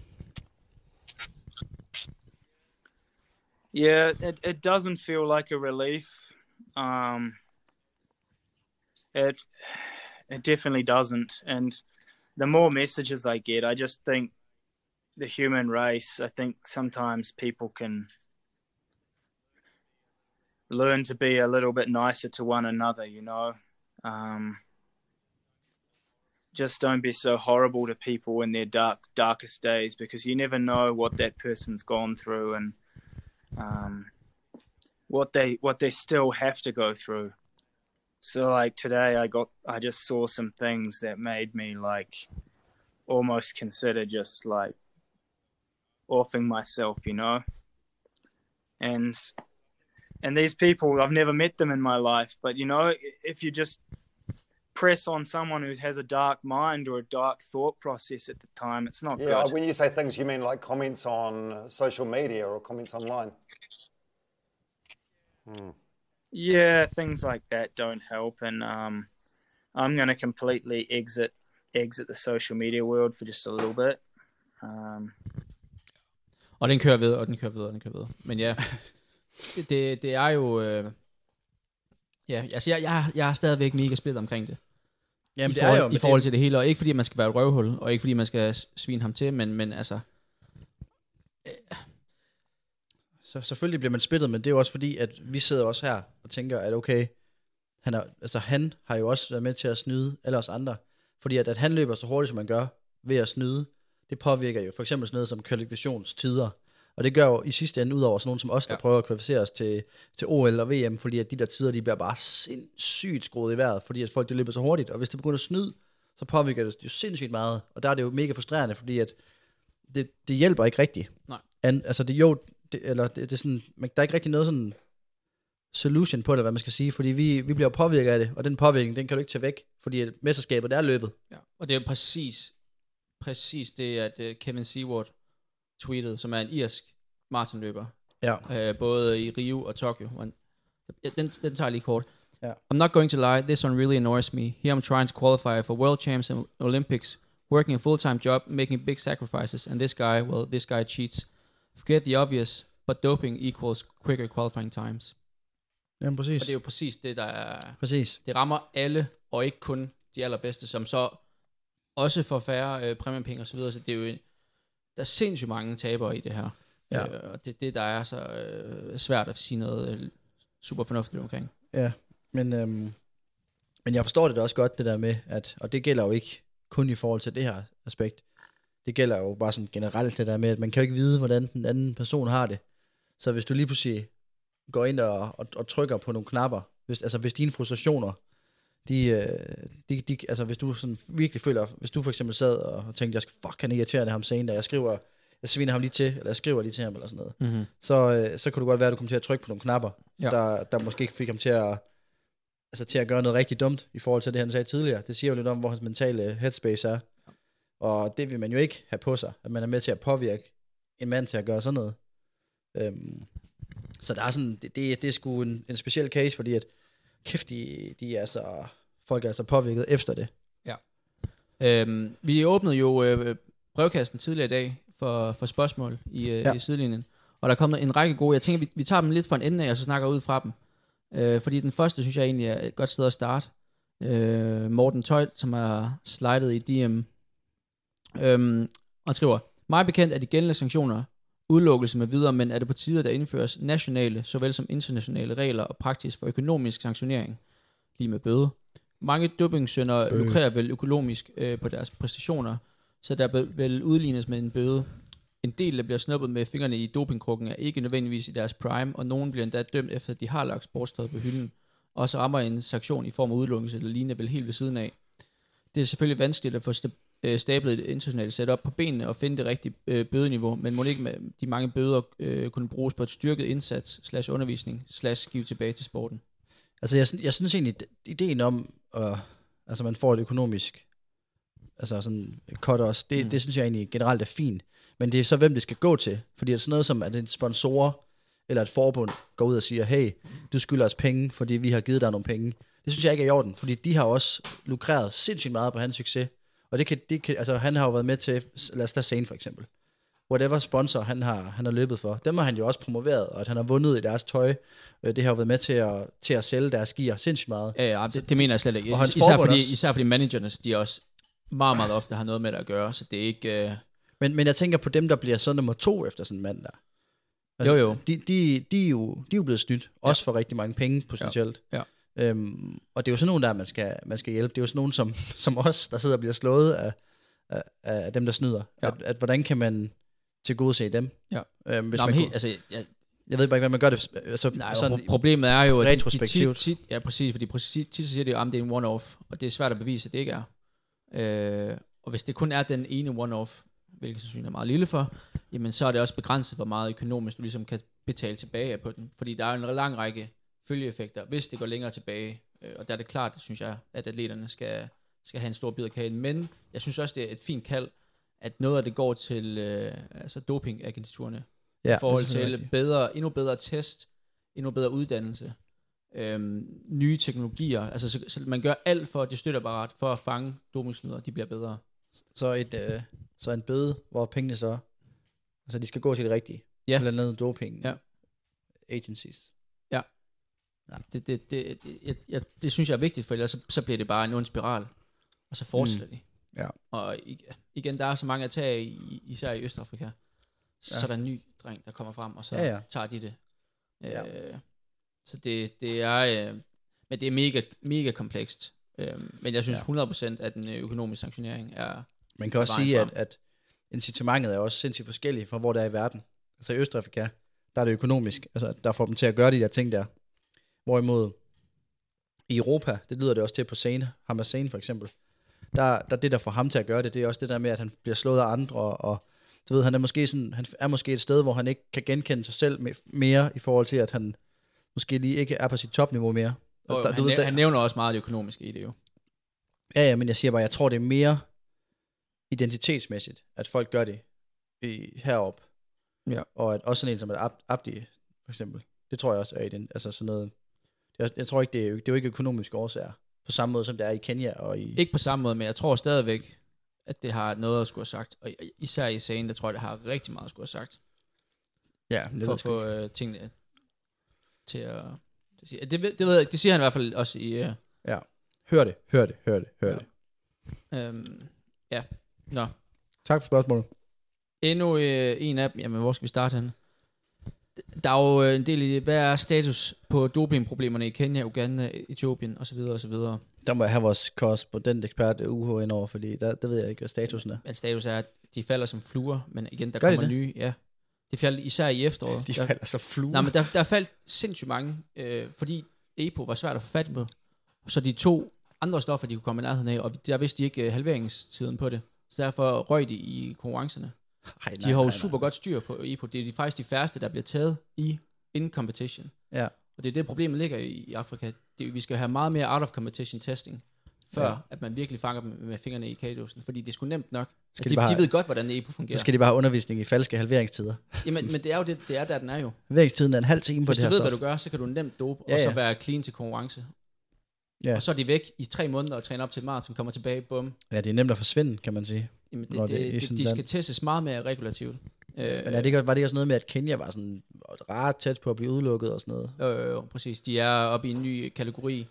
Yeah, it, it doesn't feel like a relief. Um, it it definitely doesn't. And the more messages I get, I just think the human race, I think sometimes people can learn to be a little bit nicer to one another, you know. Um, just don't be so horrible to people in their dark, darkest days, because you never know what that person's gone through and um, what they what they still have to go through. So like today, I got I just saw some things that made me like almost consider just like offing myself, you know. and and these people, I've never met them in my life, but you know, if you just press on someone who has a dark mind or a dark thought process at the time, it's not
Yeah,
good.
when you say things, you mean like comments on social media or comments online? Hmm.
Yeah, things like that don't help, and um, I'm going to completely exit exit the social media world for just a little bit. Um,
Og den kører ved, og den kører ved, og den kører ved. Men ja, det, det, det er jo... Øh, ja, altså jeg, jeg, jeg er stadigvæk mega splittet omkring det.
Jamen,
I,
det
forhold,
er jo,
I forhold til det hele, og ikke fordi man skal være et røvhul, og ikke fordi man skal svine ham til, men, men altså... Øh,
Så selvfølgelig bliver man splittet, men det er jo også fordi, at vi sidder også her og tænker, at okay, han, er, altså han har jo også været med til at snyde alle os andre. Fordi at, at han løber så hurtigt, som man gør ved at snyde, det påvirker jo for eksempel sådan noget som kvalifikationstider. Og det gør jo i sidste ende ud over sådan nogen som os, der ja. prøver at kvalificere os til, til O L og V M, fordi at de der tider, de bliver bare sindssygt skruet i vejret, fordi at folk de løber så hurtigt. Og hvis det begynder at snyde, så påvirker det jo sindssygt meget. Og der er det jo mega frustrerende, fordi at det, det hjælper ikke rigtigt.
Nej.
An, altså det jo, det, eller det, det er sådan, man, der er ikke rigtig noget sådan solution på det, hvad man skal sige, fordi vi, vi bliver påvirket af det, og den påvirkning, den kan du ikke tage væk, fordi at mesterskabet, der er løbet.
Ja. Og det er jo præcis, præcis det, at uh, Kevin Seward tweetede, som er en irsk maratonløber.
Ja.
Uh, både i Rio og Tokyo. Han, ja, den, den tager jeg lige kort.
Ja.
I'm not going to lie, this one really annoys me. Here I'm trying to qualify for World Champs and Olympics, working a full-time job, making big sacrifices, and this guy, well, this guy cheats. Forget the obvious, but doping equals quicker qualifying times.
Jamen præcis.
Og det er jo præcis det, der er...
Præcis.
Det rammer alle, og ikke kun de allerbedste, som så også får færre øh, præmiepenge og så videre, så det er jo... Der er sindssygt mange tabere i det her.
Ja.
Øh, og det er det, der er så øh, svært at sige noget øh, super fornuftigt omkring.
Ja, men, øhm, men jeg forstår det da også godt, det der med, at, og det gælder jo ikke kun i forhold til det her aspekt, det gælder jo bare sådan generelt det der med, at man kan jo ikke vide, hvordan den anden person har det. Så hvis du lige pludselig går ind og, og, og trykker på nogle knapper, hvis, altså hvis dine frustrationer, de, øh, de, de, altså hvis du sådan virkelig føler, hvis du for eksempel sad og tænkte, jeg skal fuck, han irriterende ham sen, da jeg skriver, jeg sviner ham lige til, eller jeg skriver lige til ham, eller sådan noget,
mm-hmm.
så, øh, så kunne det godt være, at du kom til at trykke på nogle knapper,
ja.
der, der måske ikke fik ham til at, altså til at gøre noget rigtig dumt, i forhold til det, han sagde tidligere. Det siger jo lidt om, hvor hans mentale headspace er. Ja. Og det vil man jo ikke have på sig, at man er med til at påvirke en mand til at gøre sådan noget. Øhm, så der er sådan, det, det, det er sgu en, en speciel case, fordi at, kæft, de, de er så, folk er så påvirket efter det.
Ja. Øhm, vi åbnede jo øh, brevkassen tidligere i dag, for, for spørgsmål i, øh, ja. i sidelinjen. Og der er kommet en række gode. Jeg tænker, vi, vi tager dem lidt fra en ende af, og så snakker ud fra dem. Øh, fordi den første, synes jeg egentlig er et godt sted at starte. Øh, Morten Tøjt, som er slidet i D M. Øhm, og han skriver, meget bekendt er de gældende sanktioner, udelukkelse med videre, men er det på tide, at der indføres nationale, såvel som internationale regler og praksis for økonomisk sanktionering, lige med bøde. Mange dopingsyndere lukrerer vel økonomisk øh, på deres præstationer, så der vil udlignes med en bøde. En del, der bliver snuppet med fingrene i dopingkrukken, er ikke nødvendigvis i deres prime, og nogen bliver endda dømt efter, at de har lagt sportstøjet på hylden, og så rammer en sanktion i form af udelukkelse eller lignende vel helt ved siden af. Det er selvfølgelig vanskeligt at få stablet et internationalt setup på benene og finde det rigtige øh, bødeniveau, men må ikke med de mange bøder øh, kunne bruges på et styrket indsats, slash undervisning, slash give tilbage til sporten.
Altså jeg, jeg synes egentlig, ideen om, at altså man får et økonomisk altså sådan cut også, det, mm. det synes jeg egentlig generelt er fint. Men det er så, hvem det skal gå til. Fordi det er sådan noget som, at en sponsorer eller et forbund går ud og siger, hey, du skylder os penge, fordi vi har givet dig nogle penge. Det synes jeg ikke er i orden, fordi de har også lukreret sindssygt meget på hans succes. Og det kan, det kan, altså han har jo været med til, lad os tage Zane for eksempel. Whatever sponsor han har, han har løbet for, dem har han jo også promoveret, og at han har vundet i deres tøj. Det har jo været med til at, til at sælge deres gear sindssygt meget.
Ja, ja det, det mener jeg slet ikke. Især fordi, især fordi managerne, de også meget, meget ofte har noget med det at gøre, så det er ikke... Uh...
Men, men jeg tænker på dem, der bliver så nummer to efter sådan en mand der. Altså,
jo, jo.
De, de, de, er jo, de er jo blevet snydt, ja. Også for rigtig mange penge potentielt.
Ja. Ja.
Øhm, og det er jo sådan nogen, der man skal, man skal hjælpe. Det er jo sådan nogen som, som os, der sidder og bliver slået af, af, af dem, der snyder.
Ja.
At, at hvordan kan man tilgodese dem?
Ja.
Øhm, hvis
Nå,
man
helt,
kunne,
altså, jeg,
jeg ved bare ikke, hvordan man gør det. Altså,
nej,
sådan,
problemet er jo, at
retrospektivt.
De, de tit, ja, præcis, fordi tit, tit så siger de jo, at det er en one-off, og det er svært at bevise, at det ikke er. Øh, og hvis det kun er den ene one-off, hvilket sandsynligt er meget lille for, jamen så er det også begrænset, hvor meget økonomisk du ligesom kan betale tilbage på den. Fordi der er en lang række følgeeffekter, hvis det går længere tilbage. Øh, og der er det klart, synes jeg, at atleterne skal, skal have en stor bid af kagen. Men jeg synes også, det er et fint kald, at noget af det går til øh, altså dopingagenturerne. Ja, i forhold til bedre, endnu bedre test, endnu bedre uddannelse, øhm, nye teknologier. Altså, så, så man gør alt for, at det støtteapparat for at fange dopingsnydere, de bliver bedre.
Så, et, øh, så en bøde, hvor pengene så, altså de skal gå til det rigtige.
Ja.
Blandt andet doping
ja.
agencies.
Ja. ja. Det, det, det, det, jeg, jeg, det synes jeg er vigtigt, for ellers så, så bliver det bare en ond spiral, og så fortsætter mm. de.
Ja.
Og igen, der er så mange at tage i, især i Østafrika. Så, ja. så er der en ny dreng, der kommer frem, og så ja, ja. tager de det. Ja. Øh, så det, det er, øh, men det er mega, mega komplekst. Øh, men jeg synes ja. hundrede procent, at den økonomiske sanktionering er...
Man kan også sige, at, at incitamentet er også sindssygt forskelligt fra, hvor det er i verden. Altså i Østafrika, der er det økonomisk. Altså der får dem til at gøre de der ting der. Hvorimod i Europa, det lyder det også til på scene, Hammer for eksempel, der, der det, der får ham til at gøre det, det er også det der med, at han bliver slået af andre, og, og du ved, han er måske sådan, han er måske et sted, hvor han ikke kan genkende sig selv med, mere, i forhold til, at han måske lige ikke er på sit topniveau mere.
Og der, han, ved, der, han nævner også meget det økonomiske i det jo.
Ja, ja, men jeg siger bare, jeg tror, det er mere identitetsmæssigt, at folk gør det i, heroppe.
Ja.
Og at også sådan en som at Abdi, for eksempel, det tror jeg også er i den, altså sådan noget, jeg, jeg tror ikke, det er, det er jo ikke økonomiske årsager, på samme måde som det er i Kenya og i...
Ikke på samme måde, men jeg tror stadigvæk, at det har noget at skulle have sagt, og især i scenen, der tror jeg, det har rigtig meget at skulle have sagt.
Ja, det
for at få øh, tingene til at... Det, siger, det, det, ved jeg, det siger han i hvert fald også i... Øh,
ja, hør det, hør det, hør det, hør
ja.
det.
Øhm, ja, nå.
Tak for spørgsmålet.
Endnu øh, en af dem, jamen hvor skal vi starte henne? Der er jo en del i, hvad er status på dopingproblemerne i Kenya, Uganda, Etiopien osv. osv.
Der må jeg have vores korrespondent ekspert U H ind over, fordi der, der ved jeg ikke, hvad statusen er.
Men status er, at de falder som fluer, men igen, der
Gør
kommer
de
nye. Ja. De falder især i efteråret.
De
der,
falder som fluer?
Nej, men der, der faldt sindssygt mange, øh, fordi E P O var svært at få fat på. Så de to andre stoffer, de kunne komme i nærheden af, og der vidste de ikke uh, halveringstiden på det. Så derfor røg de i konkurrencerne. Ej, nej, de har jo nej, super nej. godt styr på E P O. Det er de faktisk de færreste, der bliver taget i in competition.
Ja.
Og det er det, problemet ligger i, i Afrika. Det, vi skal have meget mere out of competition testing, før ja. at man virkelig fanger dem med fingrene i kagedåsen. Fordi det er sgu nemt nok. De, de, de ved godt, hvordan E P O fungerer.
Så skal de bare have undervisning i falske halveringstider.
Jamen, men det er jo det, det er der, den er jo.
Halveringstiden er en halv time på
Hvis
det her
Hvis du ved,
stof.
hvad du gør, så kan du nemt dope,
ja, ja.
og så være clean til konkurrence. Ja. Og så er de væk i tre måneder og træner op til et maraton, kommer tilbage, bum.
Ja, det er nemt at forsvinde, kan man sige.
Jamen, det, det, det, det, de skal testes meget mere regulativt.
Men er det ikke, var det ikke også noget med, at Kenya var sådan ret tæt på at blive udelukket og sådan noget?
Jo, jo, jo, præcis. De er oppe i en ny kategori,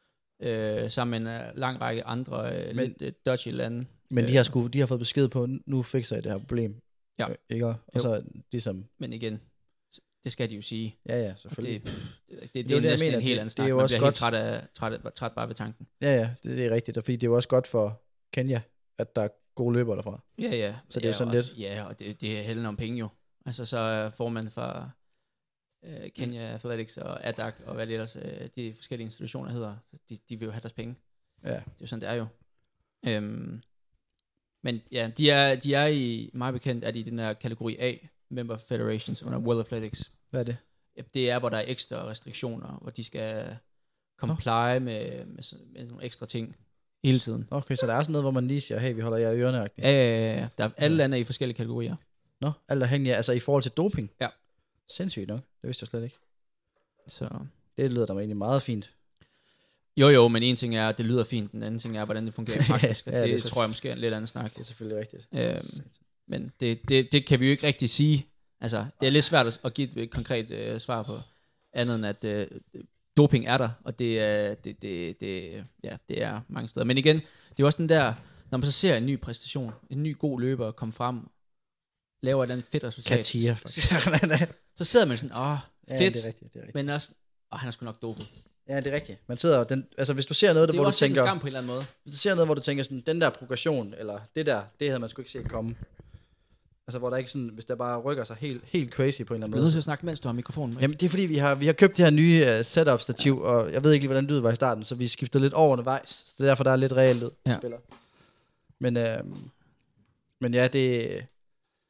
øh, sammen med en lang række andre øh, men, lidt uh, dodgy lande.
Men de har, sku, de har fået besked på, nu fikser I det her problem.
Ja.
Øh, ikke? Og jo. Så ligesom...
Men igen, det skal de jo sige.
Ja, ja, selvfølgelig.
Det, det, det, det, det er jo næsten mener, en helt anden snak. Man bliver godt... helt træt, af, træt, af, træt bare ved tanken.
Ja, ja, det, det er rigtigt. Fordi det er jo også godt for Kenya, at der er gode løber derfra.
Ja, ja.
Så det
ja,
er sådan
og,
lidt...
Ja, og det, det er helden om penge jo. Altså så får man fra øh, Kenya Athletics og A D A C og hvad det ellers, øh, de forskellige institutioner hedder, de, de vil jo have deres penge.
Ja.
Det er jo sådan, det er jo. Øhm, men ja, de er, de er i, meget bekendt, er de i den her kategori A, Member Federations under World Athletics.
Hvad er det?
Ja, det er, hvor der er ekstra restriktioner, hvor de skal comply med, med, med, med nogle ekstra ting hele tiden.
Okay, så der er sådan noget, hvor man lige siger, hey, vi holder jer i ørerne.
Ja, ja, ja, ja. Der er alle lande i forskellige kategorier.
Nå, alt er hængende, altså i forhold til doping?
Ja.
Sindssygt nok, det vidste jeg slet ikke.
Så.
Det lyder da egentlig meget fint.
Jo jo, men en ting er, at det lyder fint, den anden ting er, hvordan det fungerer praktisk, og
ja,
det,
det
tror jeg måske er en lidt anden snak.
Det er selvfølgelig rigtigt.
Øhm, men det, det, det kan vi jo ikke rigtig sige. Altså, det er lidt svært at, at give et konkret øh, svar på, andet end at øh, doping er der, og det, øh, det, det, det, ja, det er mange steder. Men igen, det er jo også den der, når man så ser en ny præstation, en ny god løber komme frem, laver et eller andet fedt resultat.
Katia,
så, så, så sidder man sådan, åh, fedt,
ja, det er rigtigt, det er rigtigt.
Men også, åh, han er sgu nok dopet.
Ja, det er rigtigt. Man sidder, den, altså hvis du ser noget, der, hvor du tænker...
Det er jo også en skam på en eller anden måde.
Hvis du ser noget, hvor du tænker sådan, den der progression, eller det der, det havde man sgu ikke set komme. Altså hvor der ikke sådan, hvis der bare rykker sig helt, helt crazy på en eller anden måde.
Du er nødt til at snakke, mens du har mikrofonen.
Jamen det er fordi, vi har, vi har købt det her nye uh, setup-stativ, ja. Og jeg ved ikke lige, hvordan lydet var i starten, så vi skiftede lidt over undervejs. Så det er derfor, der er lidt reelt lyd,
ja.
spiller. Men, uh, men ja, det,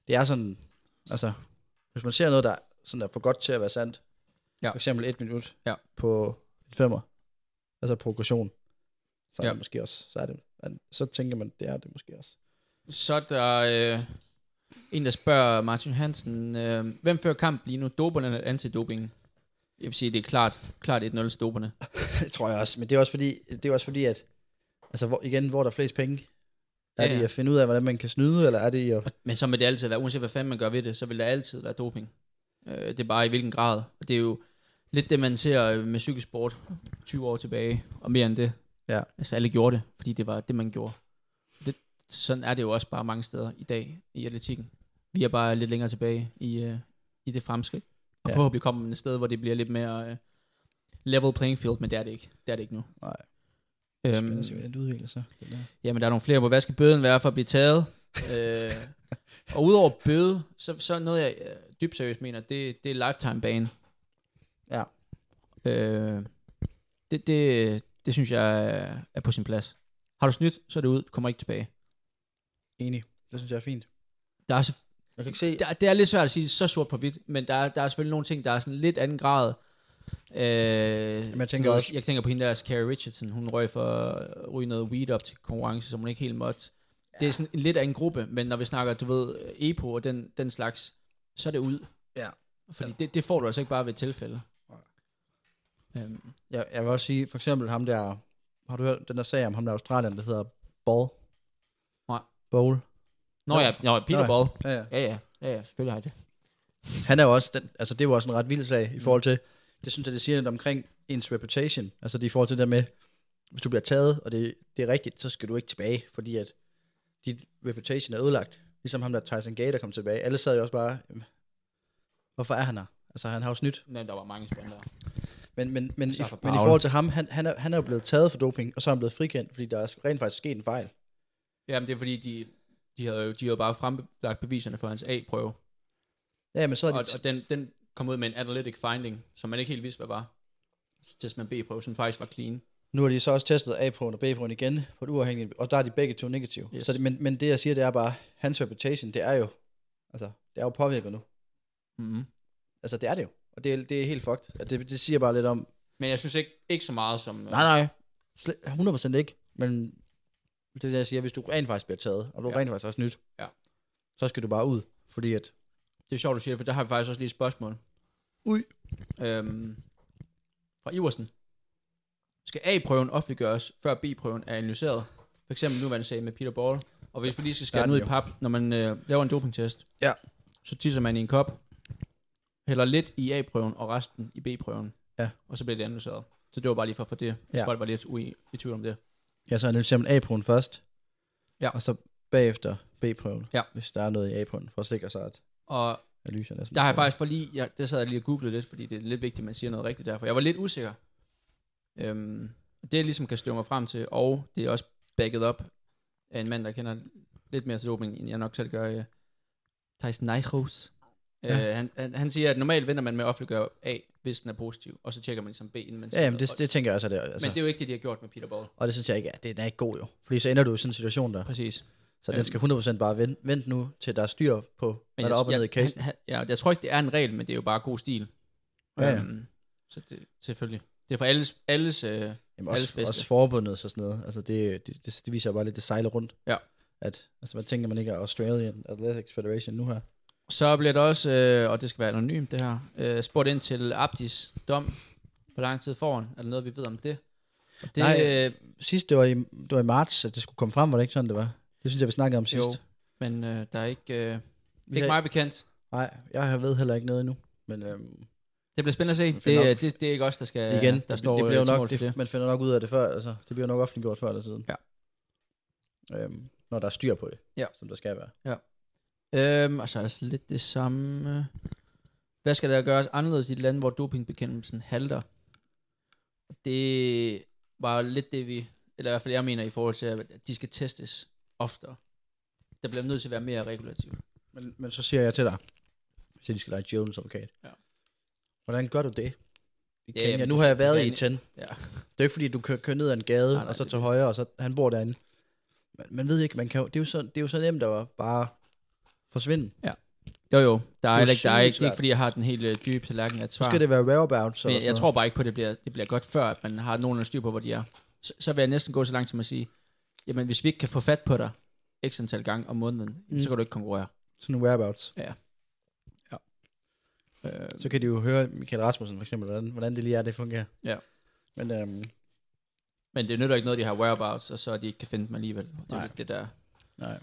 det er sådan, altså, hvis man ser noget, der sådan er for godt til at være sandt,
ja.
for eksempel et minut
ja.
på en femmer, altså progression, så er
ja.
det måske også, så er det, så tænker man, det er det måske også.
Så er der øh, en, der spørger Martin Hansen, øh, hvem fører kamp lige nu, doperne eller antidoping? Jeg vil sige, det er klart, klart et nul til doperne.
Det tror jeg også, men det er også fordi, det er også fordi at, altså hvor, igen, hvor der er flest penge, er ja, ja. det at finde ud af, hvordan man kan snyde, eller er det at...
Men så vil det altid være, uanset hvad fanden man gør ved det, så vil der altid være doping. Øh, det er bare i hvilken grad. Og det er jo lidt det, man ser med cykelsport tyve år tilbage, og mere end det.
Ja.
Altså alle gjorde det, fordi det var det, man gjorde. Det, sådan er det jo også bare mange steder i dag i atletikken. Vi er bare lidt længere tilbage i, uh, i det fremskridt. Og ja. forhåbentlig kommer man et sted, hvor det bliver lidt mere uh, level playing field, men det er det ikke. Det er det ikke nu.
Nej.
Øhm,
Spændende at se, hvordan det udvikler sig.
Jamen, der er nogle flere, hvor hvad skal bøden være for at blive taget? øh, og udover bøde, så, så noget jeg uh, dybt seriøst mener, det, det er lifetime ban.
Ja.
Øh, det, det, det synes jeg er, er på sin plads. Har du snydt, så er det ud. Du kommer ikke tilbage.
Enig. Det synes jeg er fint.
Der er så,
jeg kan ikke se...
der, det er lidt svært at sige så sort på hvidt, men der, er, der er selvfølgelig nogle ting, der er sådan lidt anden grad. Øh,
Jamen, jeg tænker
ved,
også...
Jeg tænker på hende der, Carrie Richardson. Hun røg for at ryge noget weed op til konkurrence, som hun ikke helt måtte. Ja. Det er sådan en lidt af en gruppe, men når vi snakker, du ved, E P O og den, den slags, så er det ud.
Ja.
Fordi ja. Det, det får du altså ikke bare ved et tilfælde.
Um, jeg, jeg vil også sige, for eksempel ham der, har du hørt den der sag om ham der Australien, der hedder Ball?
Nej.
Bowl.
Nå ja, ja Peter Ball.
Ja, ja.
Ja, ja, ja, ja, selvfølgelig har jeg det.
Han er jo også, den, altså det var også en ret vild sag i forhold til, det synes jeg, det siger lidt omkring ens reputation, altså det i forhold til det der med, hvis du bliver taget, og det, det er rigtigt, så skal du ikke tilbage, fordi at dit reputation er ødelagt. Ligesom ham der Tyson Gay, der kom tilbage. Alle sad jo også bare, hvorfor er han her? Altså han har jo snydt.
Men der var mange spændere.
Men, men, men, i, men i forhold til ham, han, han, er, han er jo blevet taget for doping, og så er han blevet frikendt, fordi der er rent faktisk sket en fejl.
Jamen det er fordi, de, de havde jo de havde bare fremlagt beviserne for hans A-prøve.
Ja, men så er de...
Og, og den, den kom ud med en analytic finding, som man ikke helt vidste, hvad var. Så testede man B-prøve, som faktisk var clean.
Nu har de så også testet A-prøven og B-prøven igen på et uafhængigt, og der er de begge to negative.
Yes.
Så det, men, men det jeg siger, det er bare, hans reputation, det er jo, altså, det er jo påvirket nu.
Mm-hmm.
Altså, det er det jo. Og det er, det er helt fucked. Det, det siger bare lidt om...
Men jeg synes ikke, ikke så meget som...
Nej, nej. hundrede procent ikke. Men det er det, jeg siger, hvis du rent faktisk bliver taget, og du ja. rent faktisk har snydt,
ja.
så skal du bare ud, fordi at...
Det er sjovt, du siger det, for der har vi faktisk også lige et spørgsmål.
Ui.
Øhm, fra Iversen. Skal A-prøven offentliggøres, før B-prøven er analyseret? For eksempel nu, hvad jeg sagde med Peter Ball. Og hvis vi lige skal skære den ud i pap, når man øh, laver en dopingtest,
ja.
så tisser man i en kop, hælder lidt i A-prøven og resten i B-prøven.
Ja.
Og så bliver det analyseret. Så det var bare lige for at få det, hvis
ja.
folk var lidt ui, i tvivl om det.
Ja, så analyserer man A-prøven først.
Ja.
Og så bagefter B-prøven.
Ja.
Hvis der er noget i A-prøven, for at sikre sig, at
og
analyserne er sådan.
Der har jeg faktisk for lige, jeg, der sad jeg lige og googlede lidt, fordi det er lidt vigtigt, at man siger noget rigtigt derfor. Jeg var lidt usikker. Øhm, det jeg ligesom kan slå mig frem til, og det er også backet up af en mand, der kender lidt mere til doping, end jeg nok selv gør, uh, Tyson Nyhus. Ja. Uh, han, han, han siger, at normalt venter man med at offentliggøre A, hvis den er positiv, og så tjekker man ligesom B, inden man
ja, jamen det, det tænker jeg også, det altså.
Men det er jo ikke det, de har gjort med Peter Ball.
Og det synes jeg ikke, ja, det er ikke god jo. Fordi så ender du i sådan en situation der.
Præcis.
Så øhm. den skal hundrede procent bare vente, vente nu, til der er styr på, hvad der er op og ned i casen.
Ja, jeg tror ikke, det er en regel, men det er jo bare god stil.
Ja, ja.
Um, så det selvfølgelig. Det er for alles, alles, øh,
Jamen
alles
også,
bedste.
også forbundet så sådan noget. Altså det, det, det, det viser bare lidt, det sejler rundt.
Ja.
At, altså hvad tænker man ikke af Australian Athletics Federation nu her?
Så bliver det også, øh, og det skal være anonymt det her, øh, spurgt ind til Abdis dom. Hvor lang tid foran? Er der noget, vi ved om det? det
Nej, øh, sidst det var, i, det var i marts, at det skulle komme frem, var det ikke sådan, det var? Det synes jeg, vi snakkede om sidst.
Jo, men øh, der er ikke, øh, ikke
har,
meget bekendt.
Nej, jeg ved heller ikke noget endnu. Men, øhm,
det bliver spændende at se. Det,
nok,
det, det er ikke os, der skal...
Igen,
der står,
det bliver nok,
det,
det, man finder nok ud af det før. Altså, det bliver nok offentliggjort før eller siden.
Ja.
Øhm, når der er styr på det,
ja.
som der skal være.
Ja. Øhm, og så er der lidt det samme. Hvad skal der gøres anderledes i et land, hvor dopingbekæmpelsen halter? Det var lidt det, vi... Eller i hvert fald jeg mener i forhold til, at de skal testes oftere. Der bliver nødt til at være mere regulativt.
Men, men så siger jeg til dig, hvis de skal lege Jones advokat.
Ja.
Hvordan gør du det? I
ja,
Kenya. Nu har jeg været i Ten.
Ja.
Det er ikke fordi, du kører, kører ned ad en gade, nej, nej, og så til højre, og så han bor derinde. Man, man ved ikke, man kan jo, det, er jo så, det er jo så nemt at bare forsvinde.
Ja. Jo jo, der er,
Det er
heller ikke, der er
sygt
ikke, det er
svært.
ikke fordi, jeg har den helt øh, dybe tallerken af et
Så
svar.
skal det være whereabouts.
Men
eller
jeg,
sådan
jeg
noget.
tror bare ikke på, at det bliver, det bliver godt før, at man har nogenlunde styr på, hvor de er. Så, så vil jeg næsten gå så langt som at sige, jamen hvis vi ikke kan få fat på dig x antal gange om måneden,
Mm.
så kan du ikke konkurrere.
Sådan nogle whereabouts.
Ja.
Ja.
Øh,
Så kan de jo høre Michael Rasmussen for eksempel, hvordan, hvordan det lige er, det fungerer.
Ja.
Men øhm,
men det nytter ikke noget, de har whereabouts, og så de ikke kan finde dem alligevel. Det er
Nej.
jo lidt det der.
nej.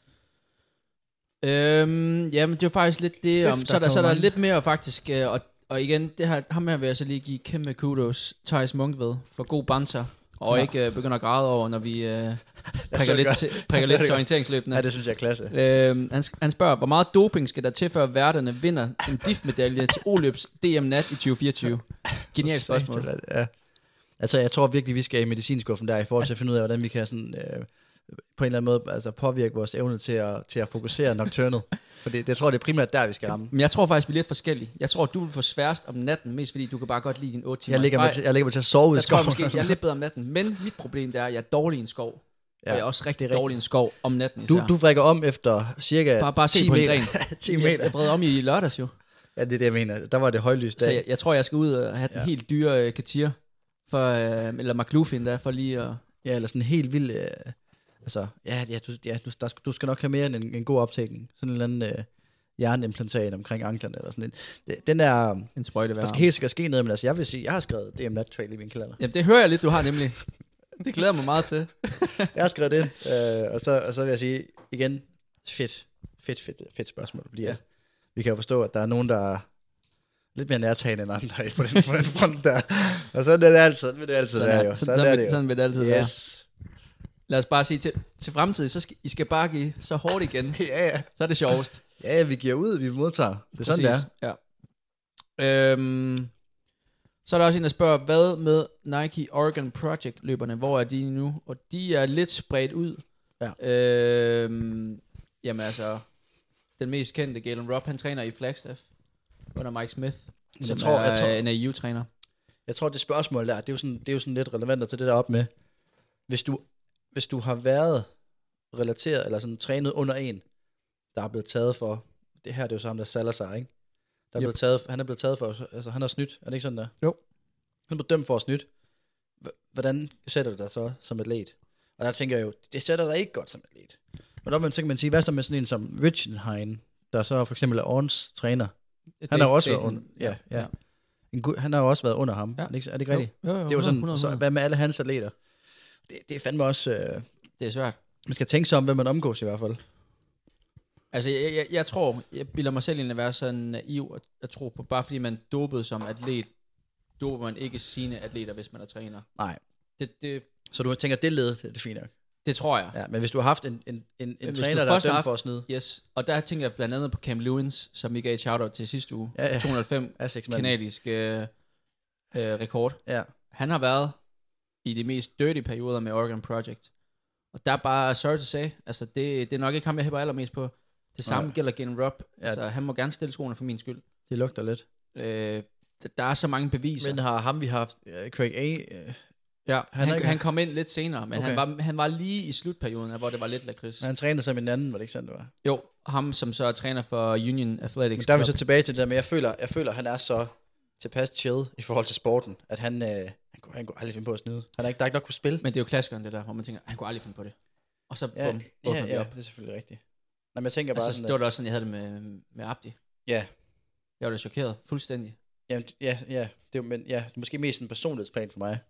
Øhm, jamen det er jo faktisk lidt det, om,
Efter
så, er der, så er der
kommer
lidt mere faktisk, øh, og, og igen, det her, ham her vil jeg så lige give kæmpe kudos, Thijs Munkved, for god banter, og
Ja.
ikke øh, begynder at græde over, når vi øh,
så
prikker lidt
godt.
til, prikker
Så
lidt
det
til
godt.
orienteringsløbene.
Ja, det synes jeg er klasse.
Øhm, han, han spørger, hvor meget doping skal der til, før værterne vinder en D I F-medalje til O-løbs D M Nat i tyve fireogtyve? Genialt spørgsmål.
Ja. Altså, jeg tror virkelig, vi skal i medicinskuffen der, i forhold til at finde ud af, hvordan vi kan sådan, øh, på en eller anden måde altså, påvirke vores evne til at, til at fokusere nocturnet. Så det, det, jeg tror, det er primært der, vi skal ramme.
Men jeg tror faktisk, vi er lidt forskellige. Jeg tror, du vil få sværest om natten, mest fordi du kan bare godt lide din otte timer
Jeg ligger,
streg.
mig til, jeg ligger mig til at sove i
Der tror jeg
skoven.
måske, jeg er lidt bedre om natten. Men mit problem det er, at jeg er dårlig i en skov. Ja, og jeg er også rigtig
det er
dårlig i en skov om natten især.
Du, du vrikker om efter cirka
bare, bare se
ti
på en
meter.
gren.
ti
Jeg,
meter.
jeg vred om i lørdags jo.
Ja, det er det, jeg mener. Der var det højlys dag.
Så jeg, jeg tror, jeg skal ud og have den
Ja.
helt dyre uh, katir. For, uh, eller McLuhan der, for lige at...
Ja, eller sådan en helt vild... Øh, altså, ja, ja, du, ja du, der, skal- du skal nok have mere end en, en god optækning. Sådan en eller anden øh, hjerneimplantat omkring anklerne, eller sådan en. Det- Den er...
En sprøjte
Der skal helt sikkert ske noget, men altså, jeg vil sige, jeg har skrevet D M Nat trail i min kalender.
Jamen, det hører jeg lidt, du har nemlig. Det glæder mig meget til.
Jeg har skrevet det ind, øh, og, så, og så vil jeg sige igen, fedt, fedt, fedt, fedt spørgsmål, fordi
Ja.
ja. vi kan jo forstå, at der er nogen, der er lidt mere nærtagende end andre på den, på den front der. Og sådan er det altid, sådan vil det altid
Sådan,
være
er,
jo.
sådan,
Sådan,
sådan,
er
vil,
det
sådan
jo.
vil det altid være.
Yes.
Lad os bare sige til, til fremtiden, så skal I skal bare give så hårdt igen.
Ja, ja.
Så er det sjovest.
Ja, ja, vi giver ud, vi modtager. Det er sådan, det er.
Ja. Øhm, så er der også en, der spørger, hvad med Nike Oregon Project løberne? Hvor er de nu? Og de er lidt spredt ud.
Ja.
Øhm, jamen altså, den mest kendte, Galen Rupp, han træner i Flagstaff under Mike Smith,
Men
som
jeg tror,
er
jeg tror,
en A U-træner.
jeg tror, det spørgsmål der, det er jo sådan, det er jo sådan lidt relevant til det der op med, hvis du, hvis du har været relateret, eller sådan trænet under en, der er blevet taget for, det her det er jo så ham, der Salazar, ikke? Der er
Yep.
blevet taget, han er blevet taget for, altså han har snydt, er det ikke sådan der?
Jo.
Han er blevet dømt for at snydt. H- Hvordan sætter du dig så som atlet? Og der tænker jeg jo, det sætter dig ikke godt som atlet. Men når man tænker man sige, hvad så med sådan en som Richenheim, der så for eksempel er Orns træner? Han har jo også været under, ja, ja. En god, han har jo også været under ham,
Ja.
er det ikke, er det ikke rigtigt?
Jo, jo, jo,
Det var sådan,
hundrede,
så
hundrede.
hvad med alle hans atleter? Det, det er fandme også, øh,
Det er svært.
man skal tænke sig om, hvem man omgås i hvert fald.
Altså, jeg, jeg, jeg tror, jeg bilder mig selv ind at være sådan naiv at, at tro på, bare fordi man dopede som atlet, doper man ikke sine atleter, hvis man er træner.
Nej.
Det, det,
Så du tænker, det led, det er fint nok.
det tror jeg.
Ja, men hvis du har haft en, en, en, en
Hvis
træner,
du
der er
først har
dømt
haft-
for at snyde,
Yes, og der tænker jeg blandt andet på Cam Lewins, som vi gav et shout-out til sidste uge.
Ja, ja.
to hundrede og fem
er seks mand.
kanadisk øh, øh, rekord.
Ja.
Han har været i de mest dirty perioder med Oregon Project. Og der er bare, sorry to say, altså det, det er nok ikke ham, jeg hæpper allermest på. Det samme
Nej.
gælder Galen Rupp.
Ja.
Altså, han må gerne stille skoene for min skyld.
Det lugter lidt.
Øh, d- der er så mange beviser.
Men har ham, vi har haft, uh, Craig A., uh,
Ja,
Han
han,
er
han,
ikke-
han kom ind lidt senere, men
Okay.
han, var, han var lige i slutperioden, hvor det var lidt lakrids.
han trænede som en anden, var det ikke sådan, det var?
Jo, ham som så er træner for Union Athletics
Men der er vi
Club.
så tilbage til det der med, jeg føler, jeg føler, han er så tilpas chill i forhold til sporten, at han, øh, han, kunne, han kunne aldrig finde på at snyde. Han er ikke, der er ikke nok på spil.
Men det er jo klassikeren det der, hvor man tænker, han kunne aldrig finde på det. Og så
Ja,
bum,
ja,
åbner de
ja,
op.
det er selvfølgelig rigtigt. Nej, men jeg tænker bare
Altså,
sådan,
det var da også sådan, jeg havde det med, med Abdi.
ja,
Jeg var da chokeret, fuldstændig.
jamen, ja, ja, det er, men ja, det er måske mest en personlighedsplan for mig,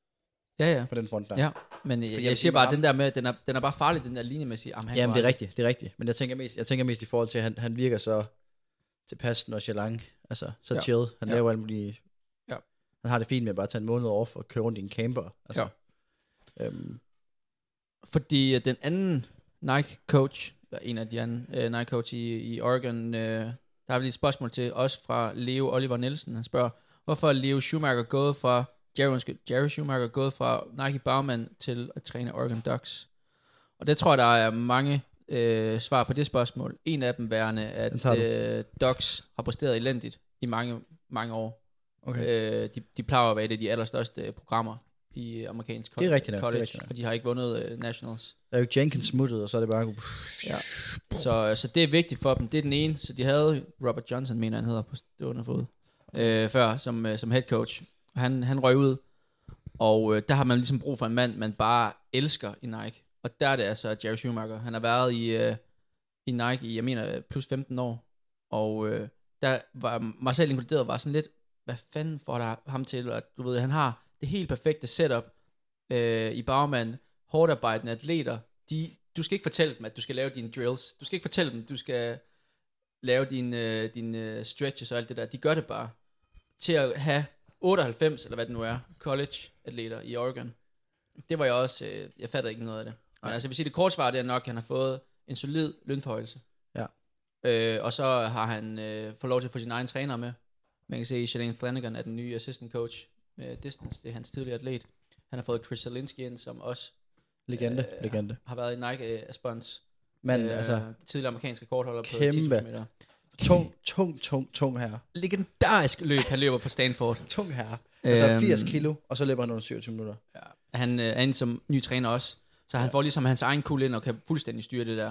Ja, ja.
på den front der.
Ja, men jeg,
jeg
jeg,
vil
jeg
sige
siger
med
bare,
ham-
den der med, den er, den er bare farlig, den der linje med at sige, jamen, han
Jamen,
kunne
det er
aldrig-
rigtigt, det er rigtigt. Men jeg tænker mest, jeg tænker mest i forhold til, at han, han virker så tilpas nonchalant, altså så
Ja.
chill. Han
Ja.
laver alt muligt.
Ja.
Han har det fint med at bare tage en måned over for at køre rundt i en camper. Altså.
Ja.
Øhm,
Fordi øh, den anden Nike-coach, der er en af de anden øh, Nike-coach i, i Oregon, øh, der har vi lige et spørgsmål til, også fra Leo Oliver Nielsen. Han spørger, hvorfor er Leo Schumacher gået fra, Jerry, undskyld, Jerry Schumacher gået fra Nike Bauman til at træne Oregon Ducks? Og det tror jeg, der er mange øh, svar på det spørgsmål. En af dem værende,
Den
at
tager
øh, Ducks har præsteret elendigt i mange, mange år.
okay.
Øh, de, de plejer at være et af de allerstørste programmer i amerikansk
Det er rigtigt nok,
college,
det er rigtigt nok.
og de har ikke vundet uh, nationals.
Der er jo Jenkins smuttet, og så er det bare...
Ja. Så, så det er vigtigt for dem. Det er den ene. Så de havde Robert Johnson, mener han hedder, på stående fod, øh, før som, øh, som head coach. Han, han røg ud, og øh, der har man ligesom brug for en mand, man bare elsker i Nike. Og der er det altså Jerry Schumacher. Han har været i, øh, i Nike i, jeg mener, plus femten år. Og øh, der var mig selv inkluderet, var sådan lidt, hvad fanden får der ham til? Og du ved, han har det helt perfekte setup øh, i bagmand, hårdt arbejdende atleter. De, du skal ikke fortælle dem, at du skal lave dine drills. Du skal ikke fortælle dem, at du skal lave dine, øh, dine øh, stretches og alt det der. De gør det bare. Til at have otteoghalvfems, eller hvad det nu er, college-atleter i Oregon. Det var jeg også, øh, jeg fatter ikke noget af det. Men altså, jeg vil sige, det korte svar, det er nok, at han har fået en solid lønforhøjelse.
Ja.
Øh, og så har han øh, fået lov til at få sin egen træner med. Man kan se, at Shalane Flanagan er den nye assistant coach med distance. Det er hans tidligere atlet. Han har fået Chris Zielinski ind, som også
Legende,
øh,
legende.
har været i Nike uh, Spons.
Men
øh,
altså...
tidligere amerikanske rekordholder på
kæmpe.
ti tusind meter.
Tung, tung, tung, tung her.
Legendarisk løb, han løber på Stanford.
Tung her. Altså firs kilo, og så løber han under syvogtyve minutter.
Ja. Han øh, er inde som ny træner også. Så han ja. får ligesom hans egen kul ind og kan fuldstændig styre det der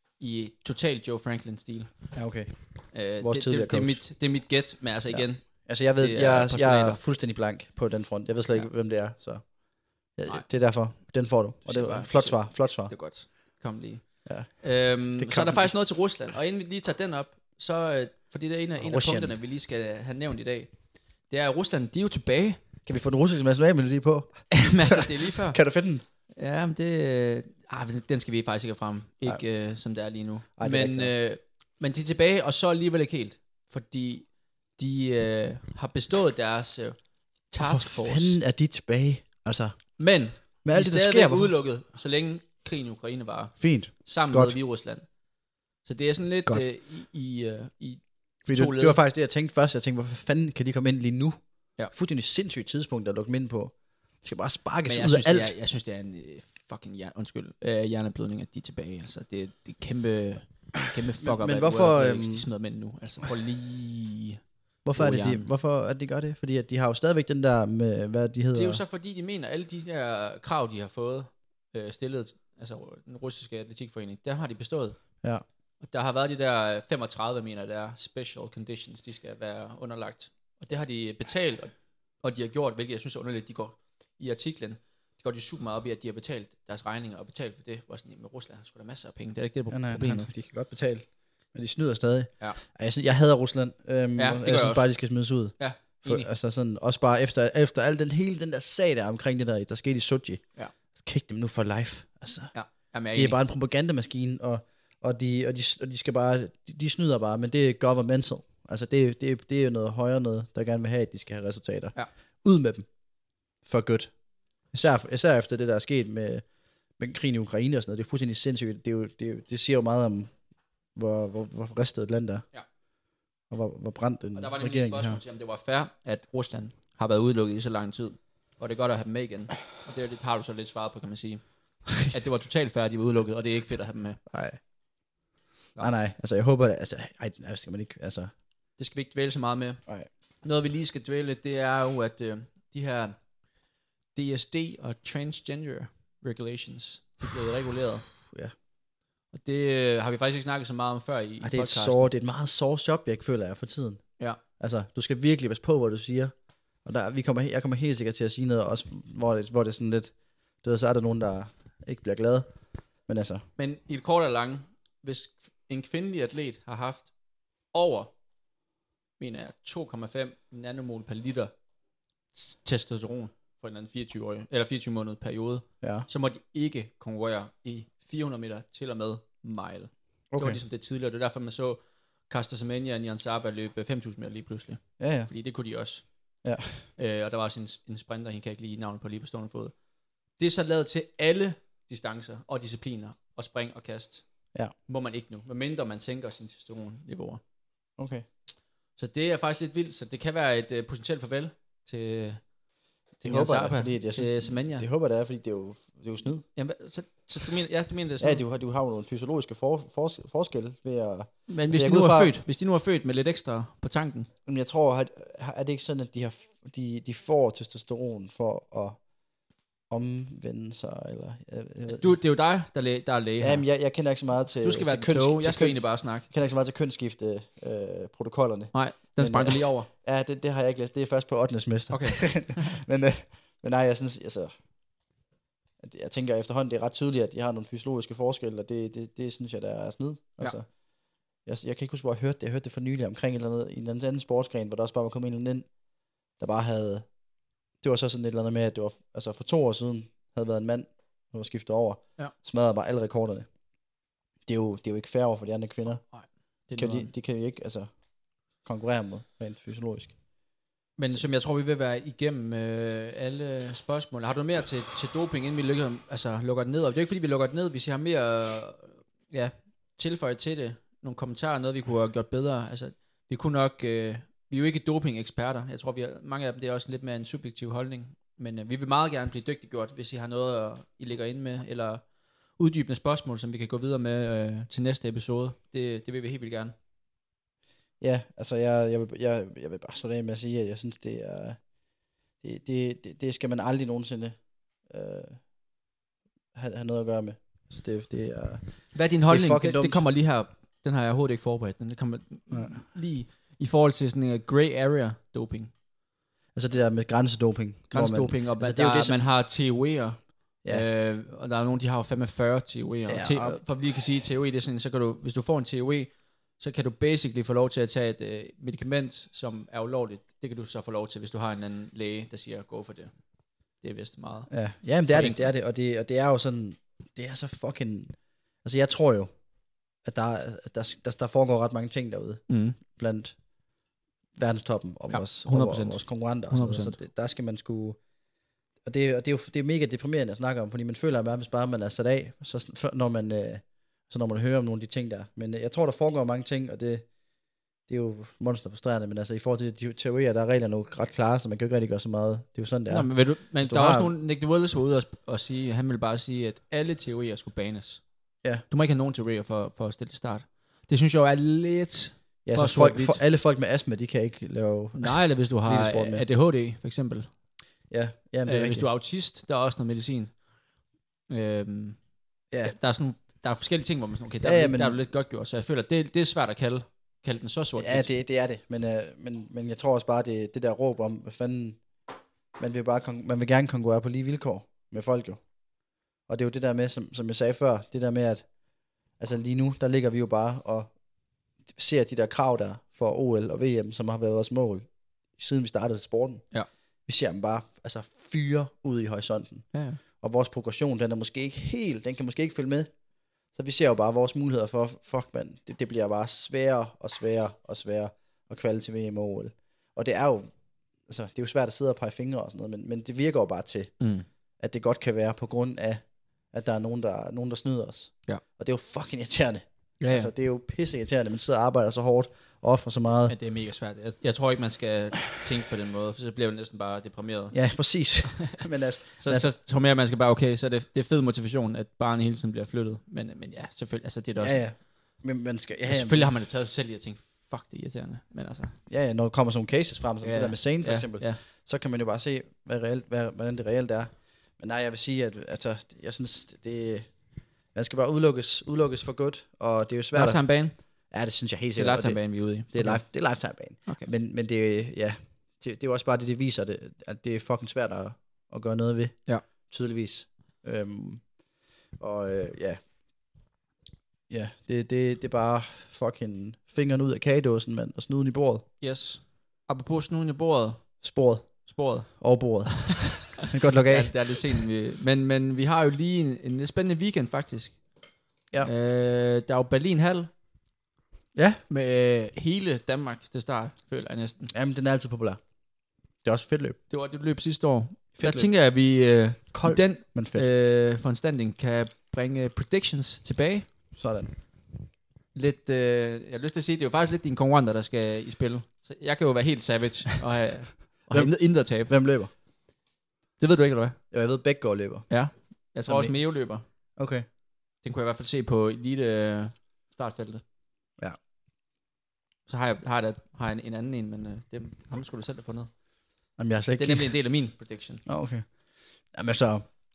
i total Joe Franklin-stil.
Ja, okay.
Øh, det, det, det, det, er mit, det er mit gæt, men altså igen...
Ja. Altså jeg ved,
er
jeg, jeg er fuldstændig blank på den front. Jeg ved slet ikke, ja. hvem det er, så... Ja, det er derfor, den får du. Og det var flot svar, flot svar.
Det er godt. Kom lige.
Ja.
Øhm, så er der faktisk noget til Rusland. Og inden vi lige tager den op, så... Fordi det er en af, en af punkterne, vi lige skal have nævnt i dag. Det er, at Rusland, de er jo tilbage.
Kan vi få den russiske nationalmelodi på?
altså, det er lige før.
Kan du finde den?
Ja, men det... Ah, den skal vi faktisk ikke have frem. Ikke øh, som det er lige nu.
Ej,
men, øh, men de er tilbage, og så alligevel ikke helt. Fordi de øh, har bestået deres øh, taskforce.
Hvor fanden er de tilbage? Altså...
Men
med
de
alt
er
det, der
stadigvæk
sker,
udelukket, så længe krigen i Ukraine varer.
Fint.
Sammen
Godt.
med Hviderusland. Så det er sådan lidt øh, i, i, øh, i
det,
to led.
Det var faktisk det, jeg tænkte først. Jeg tænkte, hvorfor fanden kan de komme ind lige nu?
Ja.
Fuldstændig sindssygt tidspunkt, der lukker dem ind på. De skal bare sparkes
Men jeg
ud
synes,
af alt.
Det er, jeg synes, det er en uh, fucking hjern, undskyld, uh, hjerneblødning, at de er tilbage. Altså, det, det er kæmpe, kæmpe fuck up,
men
at
hvorfor,
World
øhm,
de smider mænd nu. Altså, prøv lige...
Hvorfor er, det, de, hvorfor er det, de gør det? Fordi at de har jo stadigvæk den der med, hvad de hedder...
Det er jo så fordi, de mener, alle de her krav, de har fået øh, stillet, altså den russiske atletikforening, der har de bestået.
Ja.
Og der har været de der femogtredive, mener det er, special conditions, de skal være underlagt. Og det har de betalt, og, og de har gjort, hvilket jeg synes er underligt, de går i artiklen, de går de super meget op i, at de har betalt deres regninger, og betalt for det, hvor sådan, med Rusland har sgu da masser af penge. Det er ikke det, der er
ja,
problemet.
nej, nej, de kan godt betale. Men de snyder stadig.
Ja.
Jeg, synes, jeg hader Rusland. Øhm,
ja, det
jeg
synes
synes bare, de skal smides ud.
Ja,
for, altså sådan, også bare efter, efter al den hele den der sag der omkring det der, der skete i Sochi.
Ja.
Kick dem nu for life. Altså,
ja. Jamen,
det er bare en propagandamaskine, og, og, de, og, de, og de skal bare, de, de snyder bare, men det er governmental. Altså det, det, det er jo noget højere noget, der gerne vil have, at de skal have resultater.
Ja.
Ud med dem. For godt. Især, især efter det, der er sket med, med krigen i Ukraine og sådan noget. Det er fuldstændig sindssygt. Det, er jo, det, er jo, det siger jo meget om, hvor, hvor, hvor ristet et land er.
Ja.
Og hvor, hvor brændt den
regering her. Og der var nemlig et spørgsmål til, om det var fair, at Rusland har været udelukket i så lang tid. Og det er godt at have dem med igen. Og det, det har du så lidt svaret på, kan man sige. At det var totalt fair, at de var udelukket, og det er ikke fedt at have dem med.
Nej. Nej, nej. Altså, jeg håber, altså, ej, det skal man ikke, altså.
Det skal vi ikke dvæle så meget med.
Nej.
Noget, vi lige skal dvæle, det er jo, at øh, de her D S D og transgender regulations, de er blevet reguleret.
Ja.
Og det øh, har vi faktisk ikke snakket så meget om før i,
Ej,
i
det er
podcasten.
et sår, det er et meget sår subject, føler jeg, for tiden.
Ja.
Altså, du skal virkelig passe på, hvad du siger. Og der, vi kommer, jeg kommer helt sikkert til at sige noget, også, hvor, det, hvor det er sådan lidt, du ved, så er der nogen, der ikke bliver glade. Men altså.
Men i det korte og lange, hvis en kvindelig atlet har haft over, mener jeg, to komma fem nanomol per liter testosteron for en anden fireogtyve-årig, eller fireogtyve måneder periode,
ja.
så må de ikke konkurrere i fire hundrede meter til og med mile. Okay. Det var ligesom det tidligere. Det er derfor, man så Caster Semenya og Nian Saba løbe fem tusind meter lige pludselig.
Ja, ja.
Fordi det kunne de også.
Ja.
Øh, og der var også en, en sprinter, hende kan jeg ikke lige navnet på lige på stående fod. Det er så lavet til alle distancer og discipliner, og spring og kast.
Ja.
Må man ikke nu, medmindre man sænker sin testosteronniveauer.
Okay.
Så det er faktisk lidt vildt, så det kan være et uh, potentielt farvel til
det håber
Saba,
jeg, fordi jeg
til Semenya.
Det håber det er, fordi det er jo, det er jo snyd.
Jamen, så, så du mener, ja, du mener det sådan?
Ja, du har, du har jo nogle fysiologiske for, for, forskelle ved at...
Men hvis de, nu er fra, født, hvis de nu er født med lidt ekstra på tanken?
Men jeg tror, at, er det ikke sådan, at de, har, de, de får testosteron for at omvende sig, eller... Jeg, jeg ved,
Du, det er jo dig, der, læ- der er læge her.
Jamen, jeg, jeg kender ikke så meget til...
Du skal være
til
den kloge.
køns-
Jeg
til
skal
køn-
egentlig bare snakke.
Jeg kender ikke så meget til kønsskifte øh, protokollerne.
Nej, den
Men,
sprang du
øh,
lige over.
Ja, det, det har jeg ikke læst. Det er først på ottende semester.
Okay.
men, øh, men nej, jeg synes, altså... at Jeg tænker efterhånden, det er ret tydeligt, at de har nogle fysiologiske forskelle, og det, det, det synes jeg, der er snyd. Altså, jeg, jeg kan ikke huske, hvor jeg hørte det. Jeg hørte det for nylig omkring et eller andet, i en anden sportsgren, hvor der også bare var kommet en ind, der bare havde... Det var så sådan et eller andet med, at det var... Altså for to år siden havde været en mand, der var skiftet over,
Ja.
smadrede bare alle rekorderne. Det er jo, det er jo ikke fair over for de andre kvinder.
Nej, det er
Kan de,
noget.
de kan jo ikke altså, konkurrere med rent fysiologisk.
Men som jeg tror, vi vil være igennem øh, alle spørgsmål. Har du mere til, til doping, inden vi lukker, altså, lukker det ned? Og det er ikke, fordi vi lukker det ned. Hvis I har mere ja, tilføjet til det, nogle kommentarer, noget vi kunne have gjort bedre. Altså, vi kunne nok... Øh, vi er jo ikke doping-eksperter. Jeg tror, vi har, mange af dem, det er også lidt mere en subjektiv holdning. Men øh, vi vil meget gerne blive dygtiggjort, hvis I har noget, at, I ligger inde med, eller uddybende spørgsmål, som vi kan gå videre med øh, til næste episode. Det, det vil vi helt vildt gerne.
Ja, altså jeg, jeg, vil, jeg, jeg vil bare slutte af med at sige, at jeg synes, det er... Det, det, det, det skal man aldrig nogensinde øh, have, have noget at gøre med. Altså det, det er...
Hvad er din holdning?
fucking
Det, det
dumt.
kommer lige her. Den har jeg overhovedet ikke forberedt. Den det kommer
Ja.
lige i forhold til sådan en grey area doping.
Altså det der med grænsedoping. hvor man-
Grænsedoping, og
altså,
altså,
det er jo
der,
det, som-
man har T O E'er.
Ja.
Øh, og der er nogen, de har jo fyrre T O E'er.
Ja,
Ja, T-
og-
for at vi lige kan sige, T O E, det er sådan, så kan du, hvis du får en T O E, så kan du basically få lov til at tage et øh, medicament, som er ulovligt. Det kan du så få lov til, hvis du har en anden læge, der siger, gå for det. Det er vist meget.
Ja, jamen det er det,
Forenklet.
det er det, og det, og det er jo sådan, det er så fucking, altså jeg tror jo, at der, at der, der, der foregår ret mange ting derude,
Mm.
blandt verdenstoppen og
Ja,
vores,
hundrede
og
procent.
vores konkurrenter og sådan noget, så
hundrede procent.
det, der skal man sgu, og det, og det er jo det er mega deprimerende at snakke om, fordi man føler, at hvis bare man er sat af, så sådan- før- når man, øh, så når man hører om nogle af de ting der, men øh, jeg tror, der foregår mange ting, og det, det er jo monsterfrustrerende, men altså i forhold til de teorier, der er reglerne jo ret klare, så man kan jo ikke rigtig gøre så meget, det er jo sådan, det er.
Nå, men, ved du, men
Hvis du
der er
har-
også nogen, Nick DeWillis var ude og, og sige, han ville bare sige, at alle teorier skulle banes.
Ja.
Du må ikke have nogen teorier for, for at stille til start. Det synes jeg jo er lidt
Ja,
for
så folk,
sort-hvidt.
for alle folk med astma, de kan ikke lave,
Nej, eller hvis du har
Elitesport med.
A D H D, for eksempel.
ja, jamen, det er
Øh, hvis
rigtigt.
du er autist, der er også noget medicin. Øhm,
Ja.
der, der, er sådan, der er forskellige ting, hvor man sådan, okay, der,
Ja,
ja,
ja,
ja,
men-
der er du lidt godt gjort. Så jeg føler, at det, det er svært at kalde, kalde den så sort.
Ja, det, det er det, men, øh, men, men jeg tror også bare, det, det der råb om, hvad fanden, man vil, bare kon- man vil gerne konkurrere på lige vilkår med folk jo. Og det er jo det der med, som, som jeg sagde før, det der med, at altså lige nu, der ligger vi jo bare og ser de der krav der for O L og V M, som har været vores mål, siden vi startede sporten.
Ja.
Vi ser dem bare altså fyre ud i horisonten.
Ja, ja.
Og vores progression, den er måske ikke helt, den kan måske ikke følge med. Så vi ser jo bare vores muligheder for, fuck mand, det, det bliver bare sværere og sværere og sværere at kvalde til V M og O L. Og det er jo, altså det er jo svært at sidde og pege fingre og sådan noget, men, men det virker jo bare til,
Mm.
at det godt kan være på grund af, at der er nogen, der, nogen, der snyder os.
Ja.
Og det er jo fucking irriterende.
Ja, ja.
Altså det er jo pisse irriterende, man sidder og arbejder så hårdt og offrer så meget.
Ja, det er mega svært. Jeg, jeg tror ikke, man skal tænke på den måde, for så bliver man næsten bare deprimeret.
Ja, præcis. men altså,
Så,
altså,
så tror jeg, man skal bare, okay, så er det, det er fed motivation, at barnet hele tiden bliver flyttet. Men, men ja, selvfølgelig, altså det er det også.
ja, ja. Men man skal, ja,
Ja,
ja,
selvfølgelig har man det taget sig selv i at tænke, fuck, det er irriterende. Men altså,
ja, ja, når der kommer sådan nogle cases frem, som
ja,
det der med Zane for
ja,
eksempel,
Ja.
så kan man jo bare se, hvad reelt, hvad, hvordan det reelt er. Men nej, jeg vil sige, at altså, jeg synes, det man skal bare udelukkes, udelukkes for godt, og det er jo svært. at-
Lifetime ban?
Ja, det synes jeg helt
Det er
sikkert. og
lifetime ban, vi er ude i.
Det er,
Okay.
life, det er lifetime ban.
Okay.
Men, men det, ja, det, det er jo også bare det, det viser, det, at det er fucking svært at, at gøre noget ved.
Ja.
Tydeligvis. Øhm, og øh, ja. Ja, det, det, det er bare fucking fingeren ud af kagedåsen, mand, og snuden i bordet.
Yes. Apropos snuden i bordet.
Sporet.
Sporet.
Og bordet. Man kan godt lukke af.
Ja, det er lidt sent. Vi, men, men vi har jo lige en, en lidt spændende weekend, faktisk.
Ja.
Øh, der er jo Berlin Hall.
Ja.
Med øh, hele Danmark til start, føler jeg næsten.
Jamen, den er altid populær. Det er også fedt løb.
Det var det løb sidste år. Der
løb.
tænker jeg, at vi øh, i
Koldt,
den
men fedt.
øh, foranstaltning kan bringe predictions tilbage.
Sådan.
Lidt, øh, jeg har lyst til at sige, det er jo faktisk lidt dine konkurrenter, der skal i spil. Så jeg kan jo være helt savage og have, og have
Hvem-
intet at tabe.
Hvem løber?
Det ved du ikke, eller hvad?
Jeg ved, begge går løber.
Ja. Jeg tror
Som
også,
i-
Meo løber.
Okay.
Den kunne jeg i hvert fald se på elite øh, startfeltet.
Ja.
Så har jeg, har jeg, da, har jeg en, en anden en, men øh, det, ham skulle du selv have fundet.
Jamen, jeg har slet
Det
ikke
er nemlig en del af min prediction.
Nå, okay. Jamen, så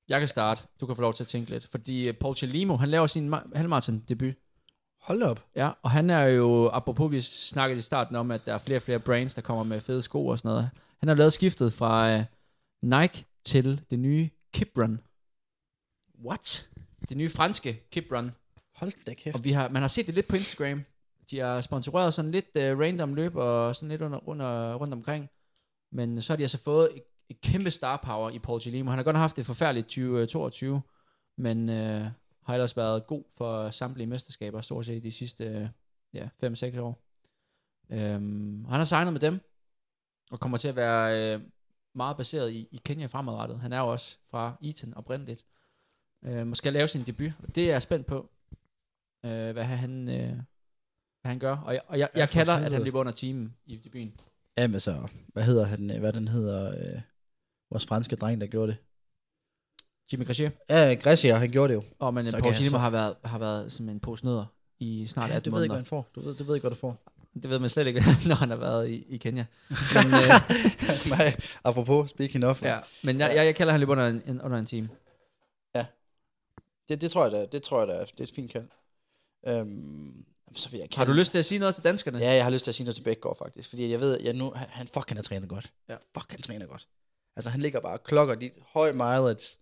Jeg kan starte. Du kan få lov til at tænke lidt. Fordi uh, Paul Chelimo, han laver sin ma- halvmarathon-debut.
Hold op.
Ja, og han er jo, apropos vi snakkede i starten om, at der er flere og flere brands, der kommer med fede sko og sådan noget. Han har lavet skiftet fra uh, Nike til det nye Kiprun.
What?
Det nye franske Kiprun.
Hold da kæft.
Og vi har, man har set det lidt på Instagram. De har sponsoreret sådan lidt uh, random løb og sådan lidt under, under, rundt omkring. Men så har de altså fået et, et kæmpe star power i Paul Chelimo. Han har godt haft det forfærdeligt tyve toogtyve, men uh, har ellers været god for samtlige mesterskaber, stort set de sidste uh, ja, fem seks år. Um, han har signet med dem, og kommer til at være uh, meget baseret i, i Kenya fremadrettet. Han er jo også fra Eton oprindeligt. Uh, måske lave sin debut, og det er jeg spændt på, uh, hvad han... Uh, hvad han gør, og jeg, og jeg, jeg
Ja,
kalder,
helvede.
at han løber under timen i debuten.
Jamen så, hvad hedder han, hvad den hedder, øh, vores franske dreng, der gjorde det?
Jimmy Gressier.
Ja, Gressier, han gjorde det jo.
Og men
Så
Paul
kan
Chelimo
han så-
har været, har været som en pose nødder i snart
Ja,
atten
du ved ikke, hvad
måneder.
han får. Du ved, du ved ikke, hvad du får.
Det ved man slet ikke, når han har været i, i Kenya. Men, øh,
Nej, apropos, speaking of.
ja, men jeg, jeg, jeg kalder han løber under en, en, under en time.
Det, det tror jeg da, det tror jeg da, det er et fint kald. Øhm, så vil jeg
Har du lyst til at sige noget til danskerne?
Ja, jeg har lyst til at sige noget til Bækgaard faktisk, fordi jeg ved, jeg nu, han, han fuck, han har trænet godt.
Ja.
Fuck, han træner godt. Altså, han ligger bare og klokker de høj mileage,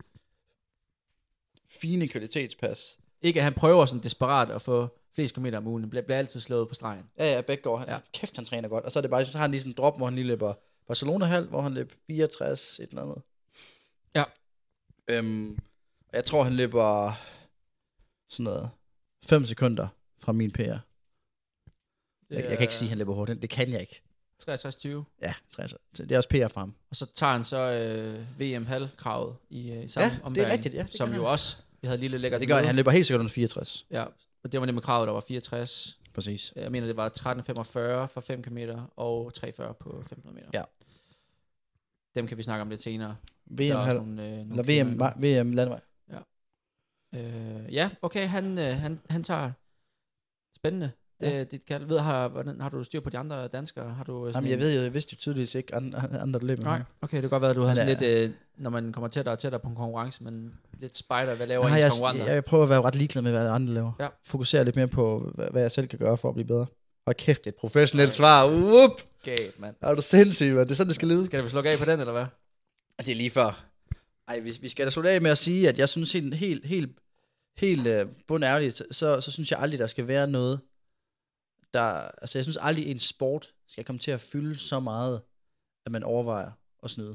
fine kvalitetspas.
Ikke at han prøver sådan desperat at få flest kilometer om ugen. Bliver, bliver altid slået på stregen.
Ja, ja, Bækgaard, han,
Ja.
ja. kæft, han træner godt. Og så er det bare, så har han lige sådan en drop, hvor han lige løber Barcelona-halv, hvor han løber fireogtres, et eller andet.
Ja.
Øhm, og jeg tror, han løber sådan noget fem sekunder fra min P R. Jeg, jeg kan ikke sige, at han løber hurtigt. Det kan jeg ikke.
treogtres tyve.
Ja, tres. Så det er også P R fra ham.
Og så tager han så øh, V M-halvkravet i, øh, i samme
Ja, det er
ombæring,
rigtigt, ja, det
som
gør
jo
han.
også, vi havde lige lidt
Ja,
lækkert
det gør han.
møde.
Han løber helt sikkert under fireogtres.
Ja, og det var det med kravet, der var fireogtres.
Præcis.
Jeg mener, det var tretten femogfyrre for fem kilometer og tre fyrre på fem hundrede meter.
Ja.
Dem kan vi snakke om lidt senere.
V
Der er
M
også
halv.
nogle, øh, nogle
Eller
klimaer
V M,
endnu.
ma- V M landvej.
Øh, ja, okay, han, øh, han, han tager... Spændende. Det,
Ja.
ja. dit kald. Ved, har, hvordan, har du styr på de andre danskere? Har du sådan
Jamen, jeg
en-
ved jo, jeg vidste jo tydeligvis ikke andre, andre der løb med
Nej,
ham.
okay, det kan godt være, at du har
Han
sådan
er-
lidt, øh, når man kommer tættere og tættere på en konkurrence, men lidt spejder, hvad laver
Nej,
ens
jeg,
konkurrenter?
jeg, jeg prøver at være ret ligeglad med, hvad andre laver.
Ja.
Fokusere lidt mere på, hvad, hvad jeg selv kan gøre for at blive bedre. Og kæft, det er et professionelt svar. Whoop!
Galt, mand.
Er du sindssyg, man? Det er sådan, det skal lyde.
Skal vi slukke af på den, eller hvad?
Og det er lige før. Ej, vi, vi skal da slutte af med at sige, at jeg synes helt, helt, helt, helt uh, bundærligt, så, så synes jeg aldrig, der skal være noget, der, altså jeg synes aldrig, en sport skal komme til at fylde så meget, at man overvejer at snyde.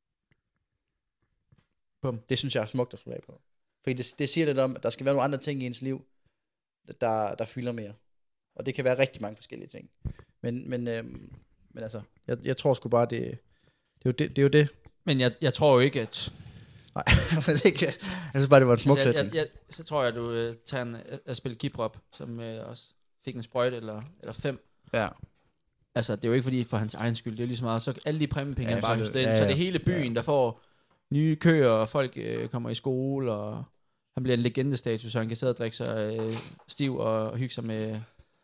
Bum.
Det synes jeg er smukt at slutte af på. Fordi det, det siger lidt om, at der skal være nogle andre ting i ens liv, der, der fylder mere. Og det kan være rigtig mange forskellige ting. Men, men, øhm, men altså, jeg, jeg tror sgu bare, det, det, er jo det, det er jo det.
Men jeg, jeg tror jo ikke, at...
Nej, ikke. Jeg synes bare, det var en smuk
Altså, jeg,
sætning.
jeg, jeg, så tror jeg, at du øh, tager en, at spille Kiprop, som øh, også fik en sprøjte eller, eller fem.
Ja.
Altså, det er jo ikke fordi for hans egen skyld. Det er jo lige så meget. Så alle de præmiepenge,
Ja,
han bare
så-
høster ind.
ja,
Så er det
ja.
hele byen, der får nye køer, og folk øh, kommer i skole, og han bliver en legendestatus, så han kan sidde og drikke sig øh, stiv og, og hygge sig med,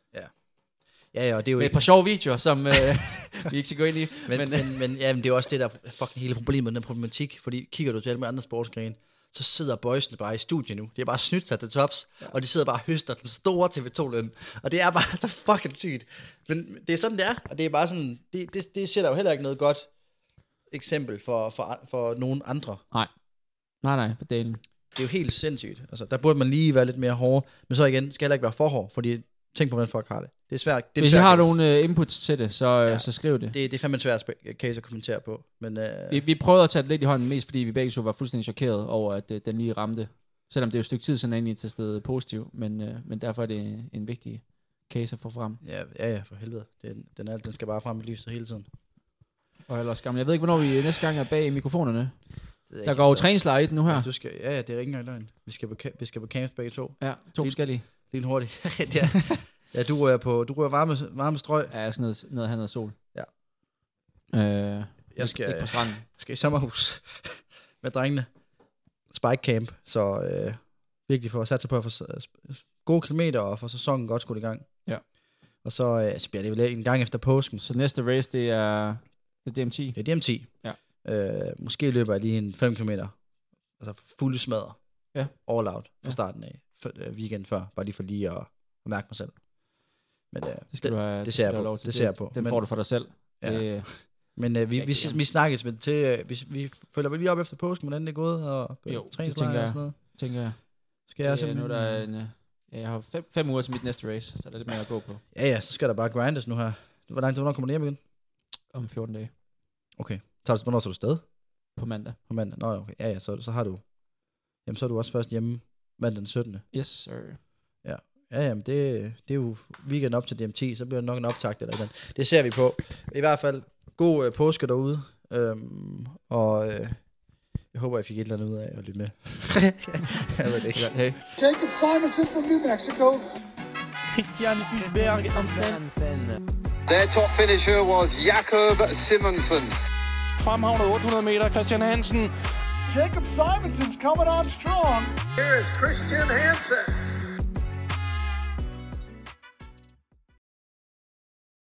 Ja, ja, og det er jo
med et
ikke...
par sjove videoer, som øh, vi ikke skal gå ind i.
Men,
Men,
men, men, men, ja, men det er jo også det, der er fucking hele problemet med den problematik, fordi kigger du til alle med andre sportsgrene, så sidder boysene bare i studiet nu. Det er bare snydt sig til tops, ja. Og de sidder bare og høster den store T V to-løn. Og det er bare så fucking sygt. Men det er sådan, det er, og det er bare sådan, det, det, det siger der jo heller ikke noget godt eksempel for, for, for nogen andre.
nej, nej, nej, for delen.
Det er jo helt sindssygt. Altså, der burde man lige være lidt mere hård, men så igen, skal heller ikke være for hård, fordi tænk på, hvordan folk har det. Det er svært. Det er
Hvis I
svært
har
case.
nogle øh, inputs til det, så, øh,
Ja.
så skriv det.
Det, det er fandme svært sp- case at kommentere på, men... Øh,
Vi, vi prøvede at tage det lidt i hånden, mest fordi vi begge to var fuldstændig chokeret over, at øh, den lige ramte. Selvom det er jo et stykke tid, siden er egentlig til stede positiv, men, øh, men derfor er det en vigtig case at få frem.
Ja, ja, ja, for helvede. Den, den, er, den skal bare frem i lyset hele tiden.
Og ellers gammel. Jeg ved ikke, hvornår vi næste gang er bag mikrofonerne.
Det er
Der
ikke
går jo
så-
træningslejre i den nu her.
Ja, du skal, ja, ja, det er ikke engang løgn. Vi skal på, ca- vi skal på camps begge to.
Ja, to
Lige-
forskellige.
Lige hurtigt. ja, ja, du rører på, du rører varme, varme strøg.
Ja, sådan noget, noget have noget sol.
Ja.
Øh,
Jeg skal,
ikke på stranden.
skal i sommerhus med drengene. Spike camp, så øh, virkelig for at satse på at få s- s- gode kilometer og få sæsonen godt skudt i gang.
Ja.
Og så, øh, så bliver det vel en gang efter påsken.
Så næste race, det er, det er D M ti.
Det er D M ti.
Ja.
Øh, måske løber jeg lige en fem kilometer. altså fulde smadre.
Ja.
All out fra
Ja.
starten af. For, øh, weekend før, bare lige for lige at, at mærke mig selv. Men øh,
Det skal
det,
du have,
det ser jeg
skal du have
på.
lov til.
Det ser jeg på.
Den
Men-
får du for dig selv.
Ja.
Det,
Men øh, vi,
Skal
vi,
ikke
vi, vi snakkes med til, øh, vi, vi følger vel lige op efter påsken, hvordan det er gået, og
Jo, det
træningslejr
tænker
og
jeg.
sådan noget.
tænker jeg.
Skal jeg
Det,
simpelthen...
nu er der en, øh, ja, jeg har fem, fem uger til mit næste race, så der er lidt mere at gå på.
Ja, ja, så skal der bare grindes nu her. Hvor langt hvornår kommer du hjem igen?
Om fjorten dage.
Okay. Tager du, hvornår tager du sted?
På mandag.
På mandag? Nå, okay. Ja, ja, så, så har du... Jamen, så er du også først hjemme mandag den syttende
Yes, sir.
Ja, ja, jamen, det, det er jo weekend op til D M ti, så bliver det nok en optakt eller sådan. Det ser vi på. I hvert fald, god øh, påske derude. Øhm, og øh, jeg håber, jeg fik et eller andet ud af at lytte med. Jeg ved det ikke.
Hey.
Jacob Simonson from New Mexico.
Christian Hulberg Hansen.
Their top finisher was Jakob Simonsen.
Fremhavnet otte hundrede meter, Christian Hansen.
Jacob Simonson's coming on strong.
Here is Christian Hansen.